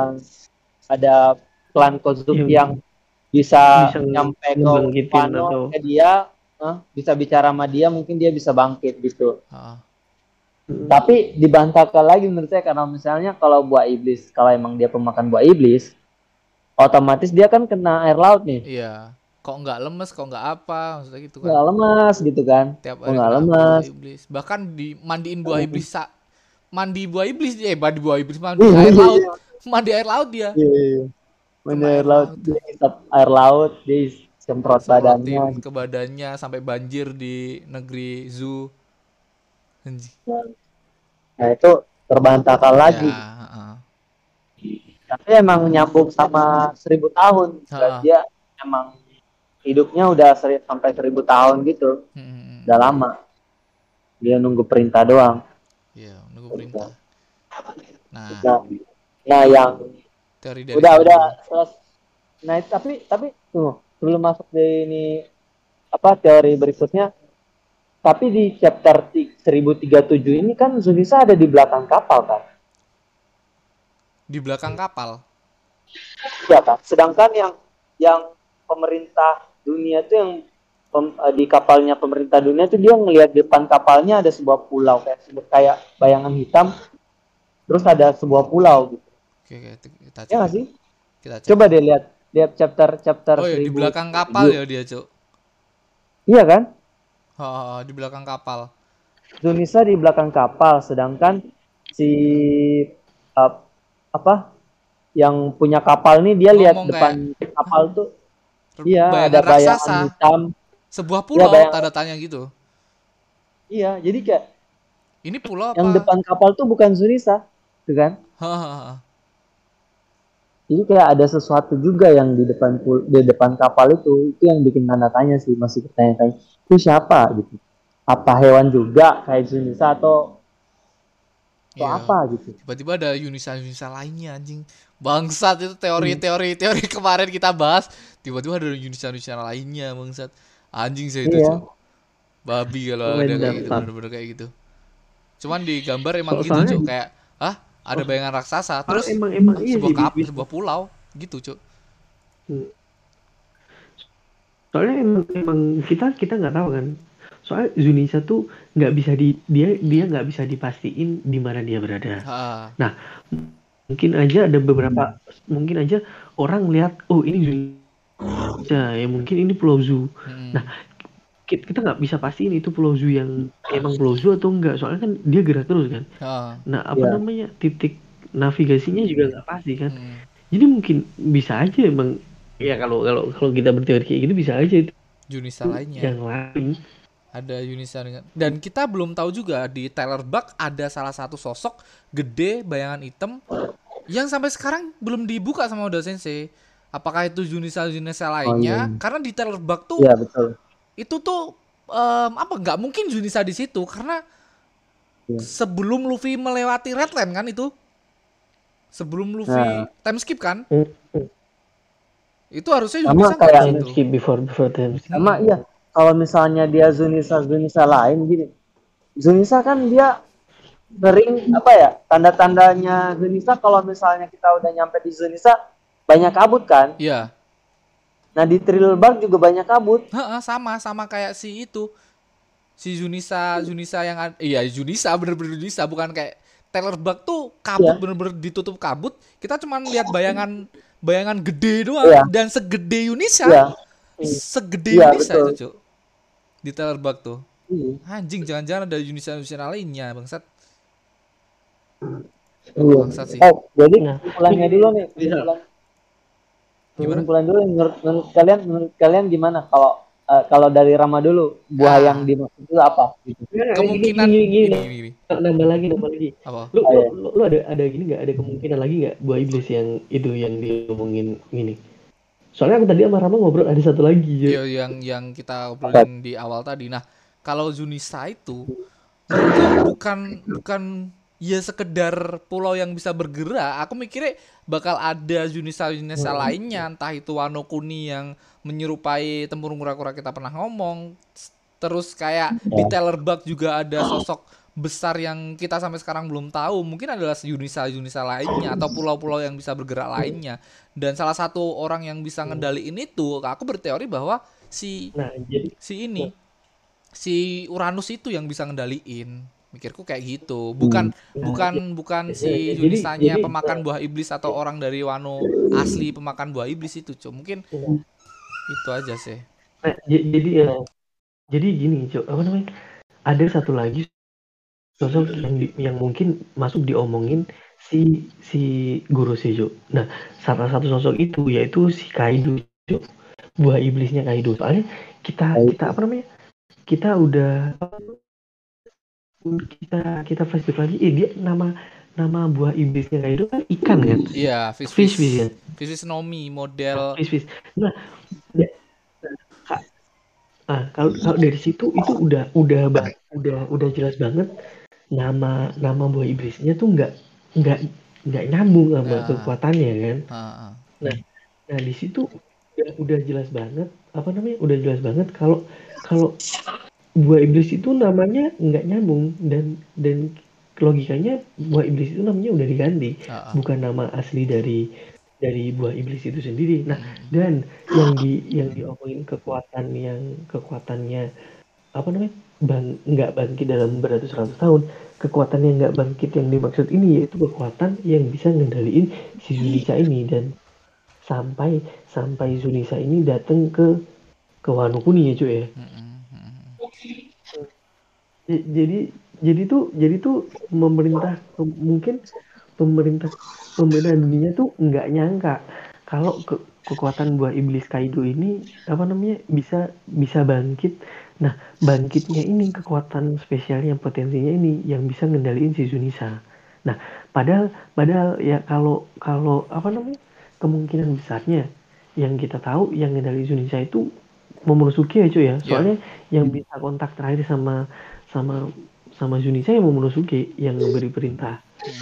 ada klan Kozuki Yang yang bisa, bisa nyampe ke ngebangkitin Wano atau- ke dia, eh, bisa bicara sama dia, mungkin dia bisa bangkit gitu. Ah, ah. Tapi dibantahkan lagi menurut saya karena misalnya kalau buah iblis, kalau emang dia pemakan buah iblis, otomatis dia kan kena air laut nih. Iya. Kok nggak lemes? Kok nggak apa? Maksudnya gitu kan. Nggak lemas gitu kan. Tiap Kok hari nggak kena lemas. buah iblis. Bahkan dimandiin buah iblis sa mandi buah iblis eh mandi buah iblis mandi Iya, air iya, laut. iya. Mandi air laut dia. Iya, iya. Main Kena air air laut, laut. dia hisap air laut, dia semprot badannya. Semprotin ke badannya sampai banjir di negeri zoo. Anjing. Nah itu terbantahkan lagi. Ya, ah. Tapi emang nyambung sama seribu tahun. Ha. Dia emang hidupnya udah seri, sampai seribu tahun gitu. Hmm. Udah lama. Dia nunggu perintah doang. Iya, nunggu perintah. Nah, Nah, nah yang teori dari udah situ. udah selesai. Nah tapi tapi tuh sebelum masuk di ini apa teori berikutnya. Tapi di chapter seribu tiga puluh tujuh ini kan Zunisa ada di belakang kapal kan? Di belakang kapal. Iya kan? Sedangkan yang yang pemerintah dunia tuh yang pem- eh, di kapalnya pemerintah dunia tuh dia ngelihat depan kapalnya ada sebuah pulau kayak kayak bayangan hitam. Terus ada sebuah pulau gitu. Oke, oke, kita cek. Ya nggak sih? Kita cek. Coba deh lihat lihat chapter chapter Oh ya, di seribu belakang kapal ya dia, Cuk. Iya kan? Oh, di belakang kapal. Zunisa di belakang kapal, sedangkan si uh, apa yang punya kapal nih dia lihat Ngomong depan kapal tuh iya Bayangan ada raksasa. bayangan hitam. Sebuah pulau bayangan- tanda tanya gitu. Iya, jadi kayak Ini pulau apa? yang depan kapal tuh bukan Zunisa, tuh kan? Hahaha. Jadi kayak ada sesuatu juga yang di depan pul- di depan kapal itu, itu yang bikin tanda tanya sih, masih bertanya-tanya. Itu siapa gitu? Apa hewan juga kayak Zunisa atau atau Iya. apa gitu? Tiba-tiba ada Yunisa-Yunisa lainnya anjing. Bangsat itu teori-teori teori kemarin kita bahas. Tiba-tiba ada Yunisa-Yunisa lainnya bangsat. Anjing sih itu, Iya. Cuk. Babi kalau Main ada kayak gitu, datar. bener-bener kayak gitu. Cuman di gambar emang So- gitu, soalnya- Cuk. Kayak, ah, ada bayangan raksasa, terus emang emang iya sebuah sih, kap, bis- sebuah pulau gitu, Cuk. soalnya emang, emang kita kita nggak tahu kan Soalnya Zunisa tuh nggak bisa di dia dia nggak bisa dipastiin di mana dia berada. Ha. Nah, mungkin aja ada beberapa mungkin aja orang lihat oh ini Zunisa ya mungkin ini Pulau Zu. Hmm. Nah, kita kita nggak bisa pastiin itu Pulau Zu yang emang Pulau Zu atau enggak. Soalnya kan dia gerak terus kan. Ha. Nah, apa Iya. namanya titik navigasinya juga nggak pasti kan. Hmm. Jadi mungkin bisa aja emang ya kalau kalau kalau kita berteori kayak gitu bisa aja itu Junisa lainnya. yang lain. Ada Yunisa dengan dan kita belum tahu juga di Tyler Buck ada salah satu sosok gede bayangan hitam yang sampai sekarang belum dibuka sama Oda Sensei. Apakah itu Junisa Junisa lainnya? iya. Karena di Tyler Buck tuh Iya betul. itu tuh em, apa nggak mungkin Junisa di situ karena Iya. sebelum Luffy melewati Redland kan itu. Sebelum Luffy Nah. time skip kan? Hmm, hmm. Itu harusnya Sama Junisa nggak kayak di Time situ. skip before before time skip. Sama iya. Kalau misalnya dia Zunisa Zunisa lain gini. Zunisa kan dia sering apa ya? Tanda-tandanya Zunisa kalau misalnya kita udah nyampe di Zunisa banyak kabut kan? Iya. Nah di Thriller Bark juga banyak kabut. Heeh, sama sama kayak si itu. Si Junisa, Junisa yang ad- iya Junisa bener-bener Junisa bukan kayak Tyler Buck tuh kabut Iya. bener-bener ditutup kabut. Kita cuma lihat bayangan bayangan gede doang Iya. dan segede Yunisa. Iya. Segede Iya, Yunisa betul. itu, Cuk. Di Tyler Buck tuh. Iya. Anjing jangan-jangan ada Yunisa Yunisa lainnya, bangsat. Iya. Bangsat sih. Oh, jadi Nah, kesimpulannya dulu nih. bisa. Kesimpulan, Gimana? kesimpulan dulu menurut, menurut kalian menurut kalian gimana kalau eh, kalau dari Rama dulu buah Ah. yang dimaksud itu apa gitu. Kemungkinan gini, gini, gini, gini. gini, gini. Nambah lagi nambah lagi. Apa? Lu, Oh, lu, iya. lu, lu ada ada gini nggak ada kemungkinan lagi nggak buah iblis yang itu yang diomongin gini? Soalnya aku tadi sama Rama ngobrol ada satu lagi ya. Iya, yang yang kita obrolin di awal tadi. Nah, kalau Junisa itu menurutku bukan bukan ya sekedar pulau yang bisa bergerak. Aku mikirnya bakal ada Junisa Junisa lainnya, entah itu Wano Kuni yang menyerupai tempurung kura-kura kita pernah ngomong. Terus kayak di Tyler Buck juga ada sosok besar yang kita sampai sekarang belum tahu. Mungkin adalah Junisa Junisa lainnya atau pulau-pulau yang bisa bergerak lainnya. Dan salah satu orang yang bisa ngendaliin itu, aku berteori bahwa si Nah, jadi si ini si Uranus itu yang bisa ngendaliin. Mikirku kayak gitu. Bukan bukan bukan si Jadi- Junisanya jadi- pemakan buah iblis atau orang dari Wano asli pemakan buah iblis itu, Cuk. Mungkin itu aja sih. nah, j- jadi ya jadi gini, Cok, apa namanya? Ada satu lagi sosok yang di- yang mungkin masuk diomongin si si Guru Sejo. Nah, salah satu sosok itu yaitu si Kaido, Cok. Buah iblisnya Kaido. Soalnya kita kita apa namanya? Kita udah kita kita flashback lagi, eh dia nama nama buah iblisnya Kaido kan ikan kan? Iya, fish Fish fish. fish kan? Fish fish Nomi model Fish fish. Nah, ya, ka- ah, kalau kalau dari situ itu udah udah ba- udah udah jelas banget nama nama buah iblisnya tuh nggak nggak nggak nyambung sama Nah. kekuatannya kan. ah, ah. Nah di situ udah, udah jelas banget apa namanya udah jelas banget kalau kalau buah iblis itu namanya nggak nyambung dan dan logikanya buah iblis itu namanya udah diganti Ah, ah. bukan nama asli dari dari buah iblis itu sendiri. Nah dan yang di yang diomongin kekuatan yang kekuatannya apa namanya bang nggak bangkit dalam beratus-ratus tahun, kekuatan yang nggak bangkit yang dimaksud ini yaitu kekuatan yang bisa ngendaliin si Zunisa ini dan sampai sampai Zunisa ini datang ke ke Wano Kuni ya cuy ya. J- jadi jadi tuh jadi tuh pemerintah mungkin pemerintah pemerintah dunia tuh nggak nyangka kalau ke, kekuatan buah iblis Kaido ini apa namanya bisa bisa bangkit. Nah bangkitnya ini kekuatan spesialnya potensinya ini yang bisa ngendaliin si Zunisa. Nah padahal padahal ya kalau kalau apa namanya kemungkinan besarnya yang kita tahu yang ngendaliin Zunisa itu Momonosuke ya cuy ya. Soalnya yang bisa kontak terakhir sama sama sama Zunisa yang Momonosuke yang memberi perintah.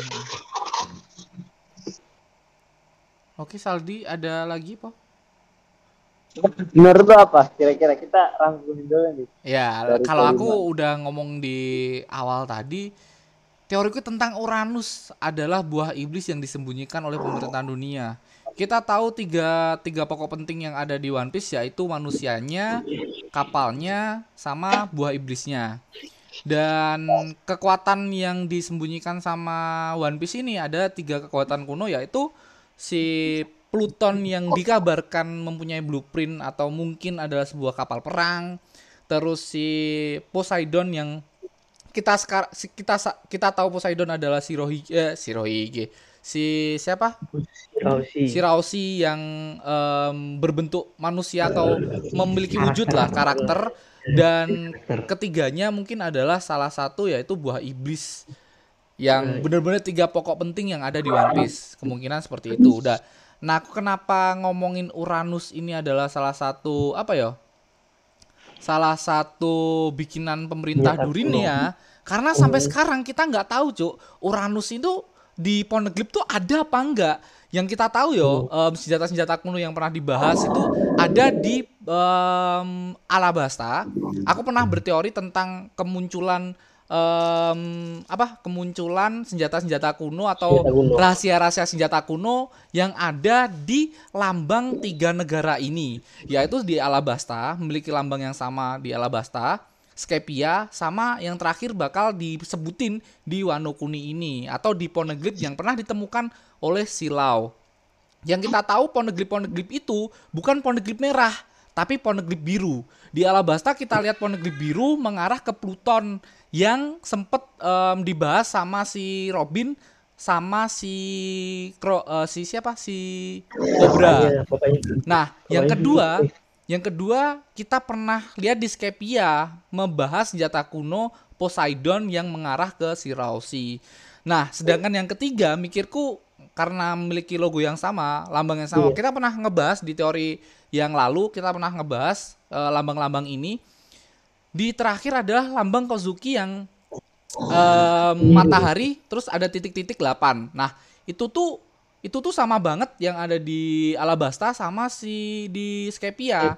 Oke, Saldi ada lagi, Po? Menurut lo apa? Kira-kira kita rangkumin dulu nih. Ya, Dari kalau aku kelima. udah ngomong di awal tadi, teoriku tentang Uranus adalah buah iblis yang disembunyikan oleh pemerintahan dunia. kita tahu tiga tiga pokok penting yang ada di One Piece, yaitu manusianya, kapalnya, sama buah iblisnya. Dan kekuatan yang disembunyikan sama One Piece ini ada tiga kekuatan kuno, yaitu si Pluton yang dikabarkan mempunyai blueprint atau mungkin adalah sebuah kapal perang. Terus si Poseidon yang kita sekar kita kita tahu Poseidon adalah Shirohige, eh, Shirohige. Si siapa? Shiraushi. Shiraushi yang um, berbentuk manusia atau memiliki wujud lah, karakter. Dan ketiganya mungkin adalah salah satu, yaitu buah iblis, yang benar-benar tiga pokok penting yang ada di One Piece. Kemungkinan seperti itu. Udah. Nah, aku kenapa ngomongin Uranus ini adalah salah satu apa ya? Salah satu bikinan pemerintah Dunia, karena sampai sekarang kita nggak tahu, Cuk, Uranus itu di Poneglyph tuh ada apa enggak. Yang kita tahu yo, um, senjata-senjata kuno yang pernah dibahas itu ada di um, Alabasta. Aku pernah berteori tentang kemunculan um, apa? Kemunculan senjata-senjata kuno atau rahasia-rahasia senjata kuno yang ada di lambang tiga negara ini, yaitu di Alabasta, memiliki lambang yang sama di Alabasta, Skypia, sama yang terakhir bakal disebutin di Wano Kuni ini atau di Poneglyph yang pernah ditemukan oleh Silau. Yang kita tahu Poneglyph-Poneglyph itu bukan Poneglyph merah, tapi Poneglyph biru. Di Alabasta kita lihat Poneglyph biru mengarah ke Pluton yang sempet um, dibahas sama si Robin sama si Kro, uh, si siapa si Cobra. Nah, yang kedua Yang kedua, kita pernah lihat di Skypia membahas senjata kuno Poseidon yang mengarah ke Shiraushi. Nah, sedangkan yang ketiga, mikirku karena memiliki logo yang sama, lambang yang sama. Yeah. Kita pernah ngebahas di teori yang lalu, kita pernah ngebahas uh, lambang-lambang ini. Di terakhir adalah lambang Kozuki yang uh, matahari, terus ada titik-titik delapan. Nah, itu tuh itu tuh sama banget yang ada di Alabasta sama si di Skypia.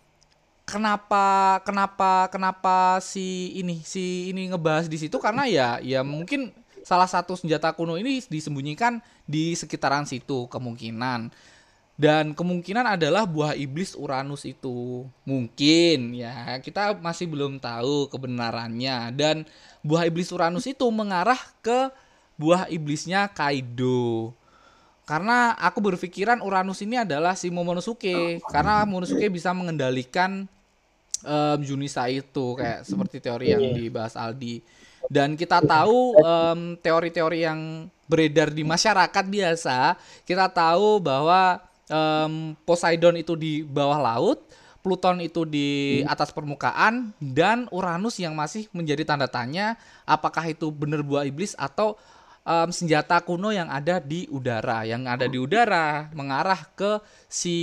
Kenapa kenapa kenapa si ini si ini ngebahas di situ, karena ya ya mungkin salah satu senjata kuno ini disembunyikan di sekitaran situ kemungkinan. Dan kemungkinan adalah buah iblis Uranus itu. Mungkin ya, kita masih belum tahu kebenarannya. Dan buah iblis Uranus itu mengarah ke buah iblisnya Kaido. Karena aku berpikiran Uranus ini adalah si Momonosuke, karena Momonosuke bisa mengendalikan um, Junisa itu, kayak seperti teori yang dibahas Aldi. Dan kita tahu um, teori-teori yang beredar di masyarakat biasa, kita tahu bahwa um, Poseidon itu di bawah laut, Pluton itu di atas permukaan, dan Uranus yang masih menjadi tanda tanya apakah itu benar buah iblis atau Um, senjata kuno yang ada di udara, yang ada di udara mengarah ke si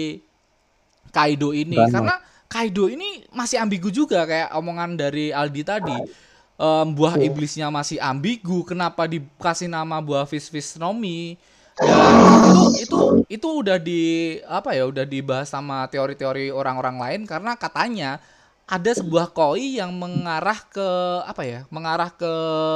Kaido ini. Banyak. Karena Kaido ini masih ambigu juga, kayak omongan dari Aldi tadi. Um, buah oh. iblisnya masih ambigu. Kenapa dikasih nama buah Fish Fish Nomi? Dan itu itu itu udah di apa ya? Udah dibahas sama teori-teori orang-orang lain, karena katanya ada sebuah koi yang mengarah ke apa ya? Mengarah ke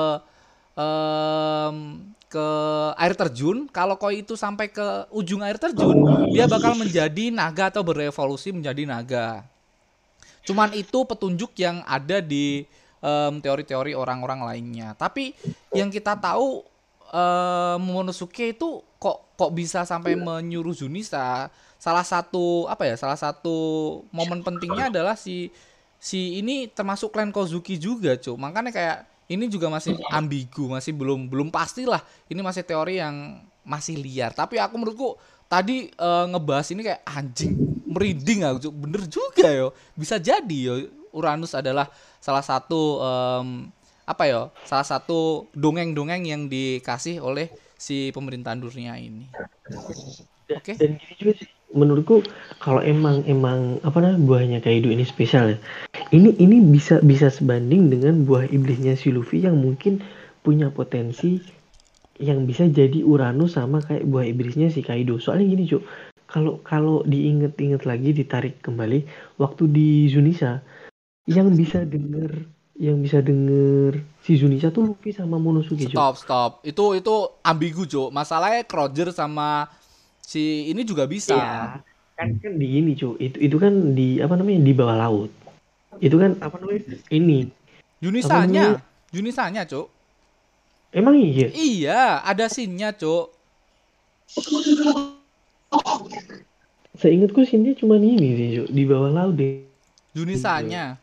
Um, ke air terjun. Kalau koi itu sampai ke ujung air terjun, dia bakal menjadi naga atau berevolusi menjadi naga. Cuman itu petunjuk yang ada di um, teori-teori orang-orang lainnya. Tapi yang kita tahu um, Momonosuke itu kok kok bisa sampai menyuruh Junisa. Salah satu apa ya? Salah satu momen pentingnya adalah si si ini termasuk klan Kozuki juga, Cuk. Makanya kayak ini juga masih ambigu, masih belum belum pastilah. Ini masih teori yang masih liar. Tapi aku menurutku tadi uh, ngebahas ini kayak anjing, merinding aku. Bener juga yo. Bisa jadi yo Uranus adalah salah satu um, apa yo? Salah satu dongeng-dongeng yang dikasih oleh si pemerintahan dunia ini. Oke. Okay? Dan gini juga sih, menurutku kalau emang emang apa namanya buahnya Kaido ini spesial ya. Ini ini bisa bisa sebanding dengan buah iblisnya si Luffy yang mungkin punya potensi yang bisa jadi Uranus sama kayak buah iblisnya si Kaido. Soalnya gini, Cuk. Kalau kalau diinget-inget lagi, ditarik kembali waktu di Zunisa, yang bisa denger yang bisa denger si Zunisa tuh Luffy sama Momonosuke, Cuk. Stop, stop. Itu itu ambigu, Cuk. Masalahnya Roger sama si ini juga bisa. Iya. Kan kan di ini, Cuk. Itu itu kan di apa namanya? Di bawah laut. Itu kan apa namanya? Ini. Yunisanya, Yunisanya, Cuk. Emang iya? Iya, ada scene-nya, Cuk. Seingatku sini cuma ini sih, Cuk. Di bawah laut deh. Yunisanya.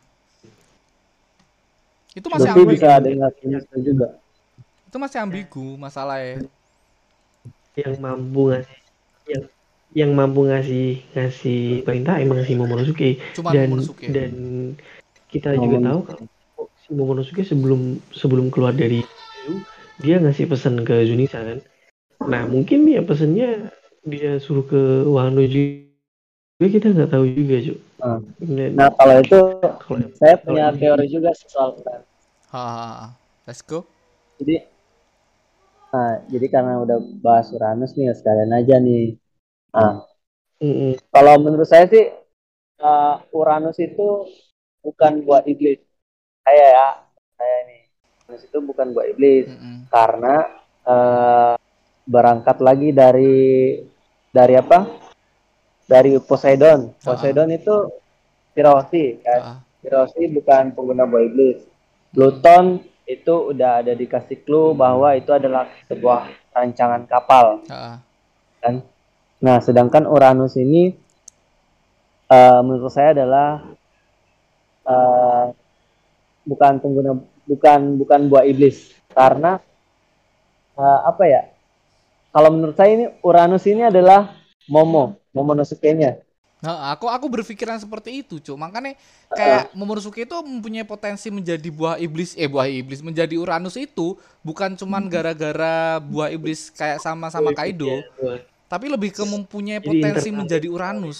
Itu masih Luffy ambigu. bisa dengar Yunisa juga. Itu masih ambigu masalahnya. Yang mampu ngasih yang yang mampu ngasih ngasih perintah emang si Momonosuke. Cuman dan Momonosuke. dan kita juga tahu kalau si Momonosuke sebelum sebelum keluar dari itu dia ngasih pesan ke Junisa kan. Nah mungkin ya pesannya dia suruh ke Wano juga, kita nggak tahu juga, Cuk. Nah, Dan nah kalau itu kalau saya kalau punya ini- teori juga sih soal Uranus. Hahaha. Let's go. Jadi, nah, jadi karena udah bahas Uranus nih, sekalian aja nih. Nah, Mm-mm. kalau menurut saya sih uh, Uranus itu bukan buah iblis. Saya ya, saya ini Uranus itu bukan buah iblis Mm-mm. karena uh, berangkat lagi dari dari apa? Dari Poseidon. Poseidon itu Shirahoshi kan. Ah, Shirahoshi bukan pengguna buah iblis. Pluton itu udah ada dikasih clue bahwa itu adalah sebuah rancangan kapal ah, kan. Nah, sedangkan Uranus ini uh, menurut saya adalah uh, bukan pengguna bukan bukan buah iblis karena uh, apa ya? Kalau menurut saya ini Uranus ini adalah Momo, Momonosuke-nya. Nah, aku aku berpikiran seperti itu, Cuk. Makanya kayak Momonosuke itu mempunyai potensi menjadi buah iblis, eh buah iblis, menjadi Uranus itu bukan cuman gara-gara buah iblis kayak sama-sama Kaido, tapi lebih ke mempunyai Jadi potensi interpretasi. menjadi Uranus.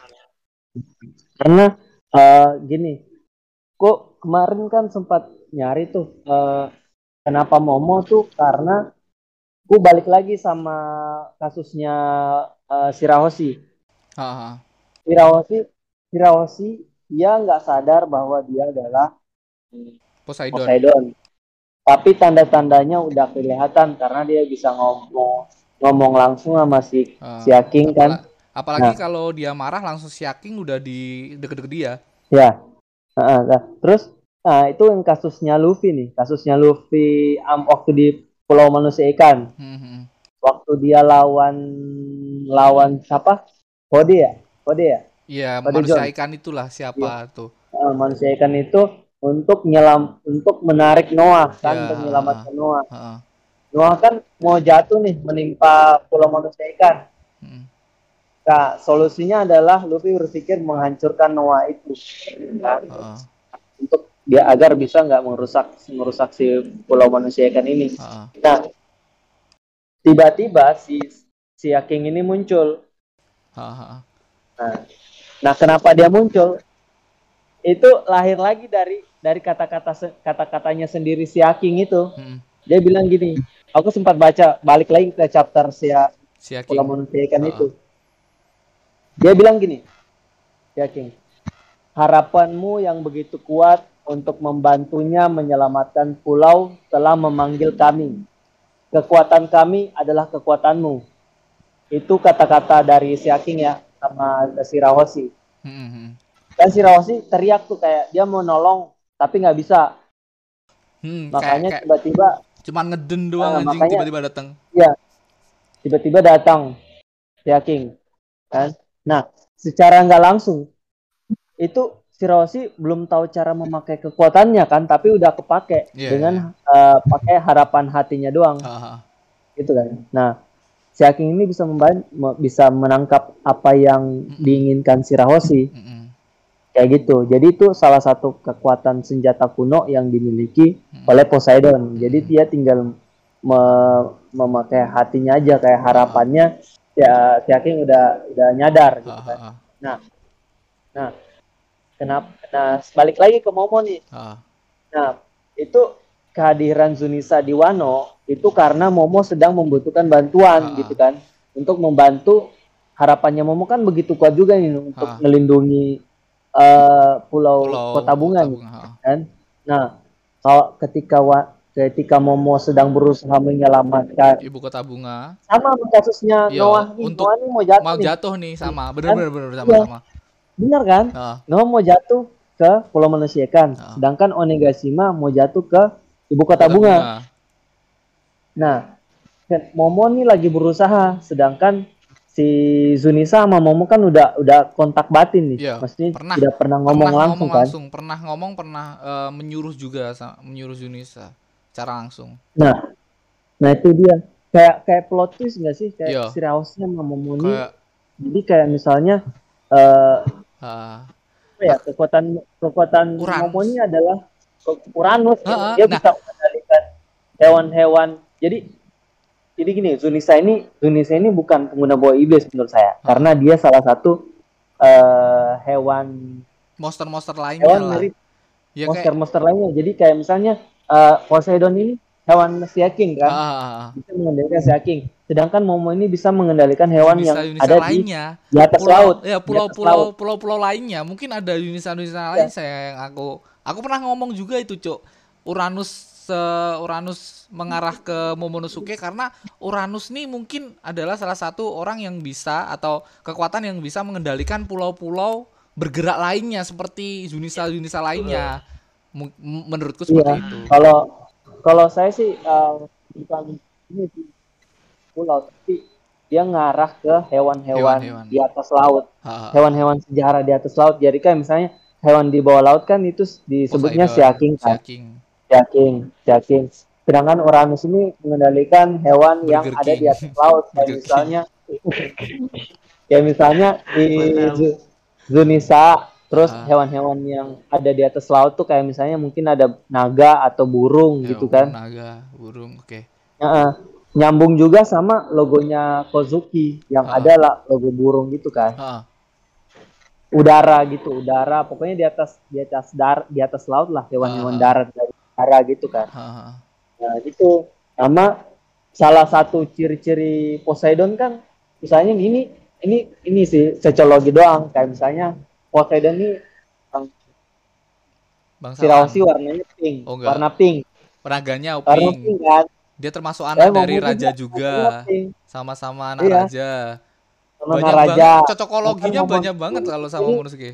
Karena uh, gini, kok kemarin kan sempat nyari tuh uh, kenapa Momo tuh karena aku balik lagi sama kasusnya uh, Shirahoshi. Haha. Shirahoshi, Shirahoshi dia nggak sadar bahwa dia adalah Poseidon. Poseidon. Tapi tanda-tandanya udah kelihatan karena dia bisa ngomong ngomong langsung sama si Ah, si King kan. apala- apalagi Nah. kalau dia marah langsung si Yaking udah di deket-deket dia. Ya. Nah, nah, terus nah itu yang kasusnya Luffy nih. Kasusnya Luffy um, waktu di Pulau Manusia Ikan. Hmm, hmm. Waktu dia lawan lawan siapa? Kode ya? Kode ya? Iya, Pada manusia John. ikan itulah siapa tuh. Uh, manusia ikan itu untuk nyelam untuk menarik Noah kan, Ya, untuk menyelamatkan Noah. Heeh. Noah kan mau jatuh nih menimpa Pulau Manusia Ikan. Hmm. Nah, solusinya adalah Luffy berpikir menghancurkan Noah itu kan, Heeh. untuk dia agar bisa nggak merusak merusak si Pulau Manusia Ikan ini. Heeh. Nah, tiba-tiba si si King ini muncul. Heeh. Nah, nah kenapa dia muncul? Itu lahir lagi dari dari kata-kata kata-katanya sendiri si King itu. Hmm. Dia bilang gini, aku sempat baca balik lagi ke chapter si Si Yaking. Pulau Manusia Ikan Uh-uh. itu. Dia bilang gini, si King, harapanmu yang begitu kuat untuk membantunya menyelamatkan pulau telah memanggil kami. Kekuatan kami adalah kekuatanmu. Itu kata-kata dari si King ya sama Shirahoshi. Hmm, hmm. Dan Shirahoshi teriak tuh kayak dia mau nolong tapi nggak bisa. Hmm, Makanya kayak, kayak tiba-tiba cuman ngeden doang Ah, anjing makanya- tiba-tiba datang. ya tiba-tiba datang si King kan. Nah, secara nggak langsung itu Shirahoshi belum tahu cara memakai kekuatannya kan, tapi udah kepake Iya, dengan iya. uh, pakai harapan hatinya doang Heeh. gitu kan. Nah, si King ini bisa memban- me- bisa menangkap apa yang diinginkan Shirahoshi Hmm. kayak gitu. Jadi itu salah satu kekuatan senjata kuno yang dimiliki oleh Poseidon. Jadi dia tinggal me- memakai hatinya aja, kayak harapannya ya si King udah udah nyadar gitu kan. Heeh. Nah, nah, kenapa? Nah, balik lagi ke Momo nih. Heeh. Nah, itu kehadiran Zunisa di Wano itu karena Momo sedang membutuhkan bantuan Ah. gitu kan, untuk membantu. Harapannya Momo kan begitu kuat juga nih untuk Ah. melindungi uh, pulau, Pulau Kota Bunga nih, Bunga, heeh. kan. Nah, kalau ketika wa, ketika Momo sedang berusaha menyelamatkan. Ibu kota bunga. Sama kasusnya Iya, Noah nih. untuk Noah nih mau jatuh mau nih. jatuh nih sama. Bener Kan? bener bener sama Iya. sama. Benar kan? Heeh. Noah mau jatuh ke Pulau Manusia kan. Ah. Sedangkan Onigashima mau jatuh ke Ibu Kota, Bunga. Nah, Momo nih lagi berusaha, sedangkan si Zunisa sama Momo kan udah udah kontak batin nih. Iya, Maksudnya pernah tidak pernah ngomong pernah langsung ngomong kan. langsung, pernah ngomong pernah eh, menyuruh juga sa- menyuruh Yunisa cara langsung. Nah, nah itu dia. Kayak kayak plot twist nggak sih? Kayak Iya. si Raosnya sama Momo ini. Kayak Jadi kayak misalnya eh ah, apa ya, kekuatan kekuatan Uranus. Momo ini adalah ke- Uranus gitu. Ha-ha, Dia nah. bisa mengendalikan hewan-hewan. Jadi jadi gini, Zunisa ini Zunisa ini bukan pengguna buah iblis menurut saya, Ha. karena dia salah satu eh, hewan monster-monster lainnya hewan lah. mirip Ya kayak monster-monster lainnya. Jadi kayak misalnya eh, Poseidon ini hewan Sea King kan, ah, ah, ah. bisa mengendalikan Sea King. Sedangkan Momo ini bisa mengendalikan hewan Yunisa, yang Yunisa ada di lainnya. di atas Pulau, laut. ya di atas laut. pulau-pulau pulau-pulau lainnya. Mungkin ada Yunisa-Yunisa Ya. lain saya yang aku aku pernah ngomong juga itu, Cuk. Uranus se- Uranus mengarah ke Momonosuke karena Uranus nih mungkin adalah salah satu orang yang bisa atau kekuatan yang bisa mengendalikan pulau-pulau bergerak lainnya seperti Yunisa-Yunisa lainnya. M- menurutku seperti Iya. itu. Kalau kalau saya sih eh, bukan ini sih, pulau, tapi dia ngarah ke hewan-hewan Hewan-hewan. di atas laut, Ha, ha, ha. hewan-hewan sejarah di atas laut. Jadi kayak misalnya hewan di bawah laut kan itu disebutnya Poseidon, Sea King Sea kan, King, Sea King, Sea King. Sedangkan Uranus ini mengendalikan hewan yang Burger ada King. di atas laut, kayak Burger King. misalnya, kayak misalnya di Mantap. Zu- Zunisa. Terus Ah. hewan-hewan yang ada di atas laut tuh kayak misalnya mungkin ada naga atau burung Ya, gitu kan. naga, burung, oke. Heeh. Nyambung juga sama logonya Kozuki yang Ha. ada lah logo burung gitu kan. Ha. Udara gitu, udara pokoknya di atas di atas dar di atas laut lah, hewan-hewan Ah. darat dari udara gitu kan. Ha, ha. Nah, gitu. Sama salah satu ciri-ciri Poseidon kan misalnya ini ini ini sih cocologi doang, kayak misalnya Poseidon ini Bangsawan. Shirahoshi warnanya pink, Oh, enggak. warna pink, Penaganya warna pink. pink kan. Dia termasuk Eh, anak Momo dari raja warnanya juga. pink. Sama-sama anak Iya. raja. Warna Banyak raja. banget cocokologinya Sedangkan banyak banget kalau sama ini- Momonosuke.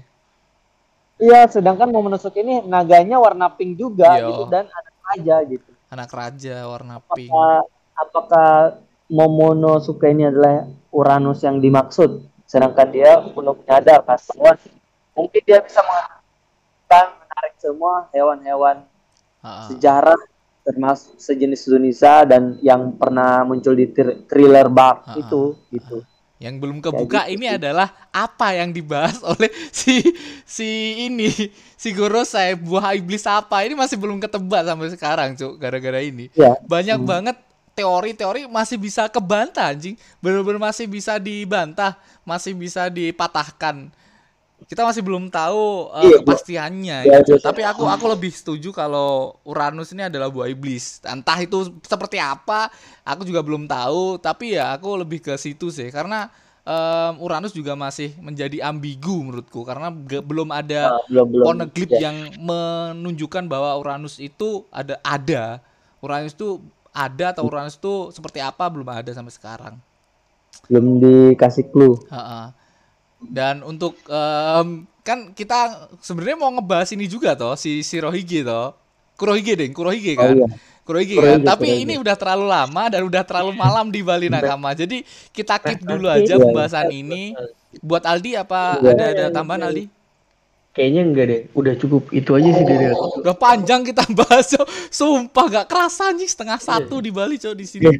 Iya, sedangkan Momonosuke ini naganya warna pink juga Iya. gitu dan anak raja gitu. Anak raja warna pink. Apakah apakah Momonosuke ini adalah Uranus yang dimaksud? Sedangkan dia belum menyadar bahwa mungkin dia bisa mengarahkan menarik semua hewan-hewan Ha, ha. sejarah termasuk sejenis Zunisa dan yang pernah muncul di thr- thriller Bark Ha, ha. itu gitu. Yang belum kebuka gitu ini sih. adalah apa yang dibahas oleh si si ini si Gorosei, buah iblis apa ini masih belum ketebak sampai sekarang, Cuk, gara-gara ini. Ya. Banyak Hmm. banget teori-teori masih bisa kebantah, anjing. Bener-bener masih bisa dibantah, masih bisa dipatahkan. Kita masih belum tahu uh, Iya, kepastiannya iya, gitu. iya. Tapi aku aku lebih setuju kalau Uranus ini adalah buah iblis. Entah itu seperti apa, aku juga belum tahu. Tapi ya aku lebih ke situ sih, karena um, Uranus juga masih menjadi ambigu menurutku, karena ge- belum ada Ah, belum belum. poneglyph Ya. yang menunjukkan bahwa Uranus itu ada ada. Uranus itu ada atau Uranus itu seperti apa belum ada sampai sekarang. Belum dikasih clue. Ha-ha. Dan untuk em, kan kita sebenarnya mau ngebahas ini juga toh, si Shirohige toh. Kurohige deh, Kurohige Oh kan. iya. Kurohige Kurohige, kan. Tapi Kurohige. ini udah terlalu lama dan udah terlalu malam di Bali Nakama. Jadi kita keep dulu Nanti- aja Iya. pembahasan ini. Buat Aldi apa Iya. ada ada tambahan Aldi? Kayaknya enggak deh, udah cukup itu aja sih dari aku. Udah panjang kita bahas, Cok. Sumpah gak kerasa anjing setengah satu di Bali, Cok, di sini.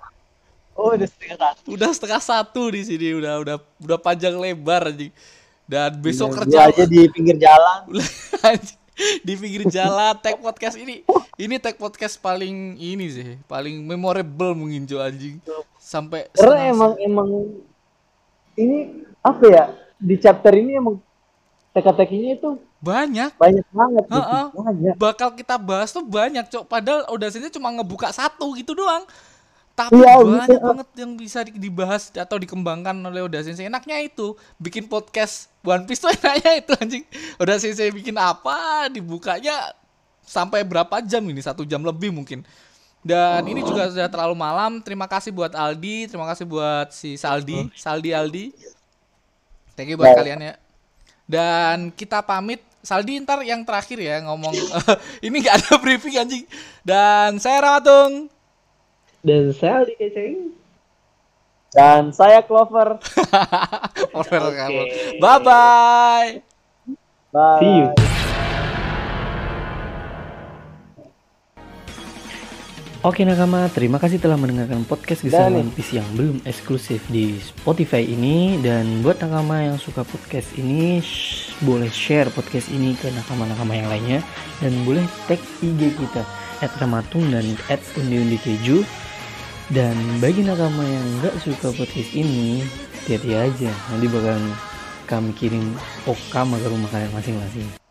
Oh, udah setengah satu. Udah setengah satu di sini, udah udah udah panjang lebar anjing. Dan besok Gua kerja aja di pinggir jalan. anjing, di pinggir jalan tag podcast ini. Ini tag podcast paling ini sih, paling memorable mungkin, Cok, anjing. Sampai Karena setengah- emang emang ini apa ya, di chapter ini emang teka-tekinya itu banyak. banyak banget gitu. Ha-ha. Banyak. Bakal kita bahas tuh banyak, Cok. Padahal Audacity cuma ngebuka satu gitu doang. Tapi Iya, banyak gitu. banget yang bisa di- dibahas atau dikembangkan oleh Oda Sensei. Enaknya itu, bikin podcast One Piece tuh enaknya itu anjing. Oda Sensei bikin apa, dibukanya sampai berapa jam ini? Satu jam lebih mungkin. Dan ini juga sudah terlalu malam. Terima kasih buat Aldi, terima kasih buat si Saldi, Saldi Aldi. Thank you buat Baik. kalian ya. Dan kita pamit. Saldi ntar yang terakhir ya ngomong. Ini nggak ada briefing anjing. Dan saya Ramatung. Dan saya Aldi Keceng. Dan saya Clover. Over Oke. kamu. Bye bye. Bye. See you. Oke nakama, terima kasih telah mendengarkan podcast kisah Dan- One Piece yang belum eksklusif di Spotify ini. Dan buat nakama yang suka podcast ini, sh- boleh share podcast ini ke nakama-nakama yang lainnya. Dan boleh tag I G kita at ramatung dan at undi-undi-keju. Dan bagi nakama yang nggak suka podcast ini, hati-hati aja, nanti bakalan kami kirim okama ke rumah kalian masing-masing.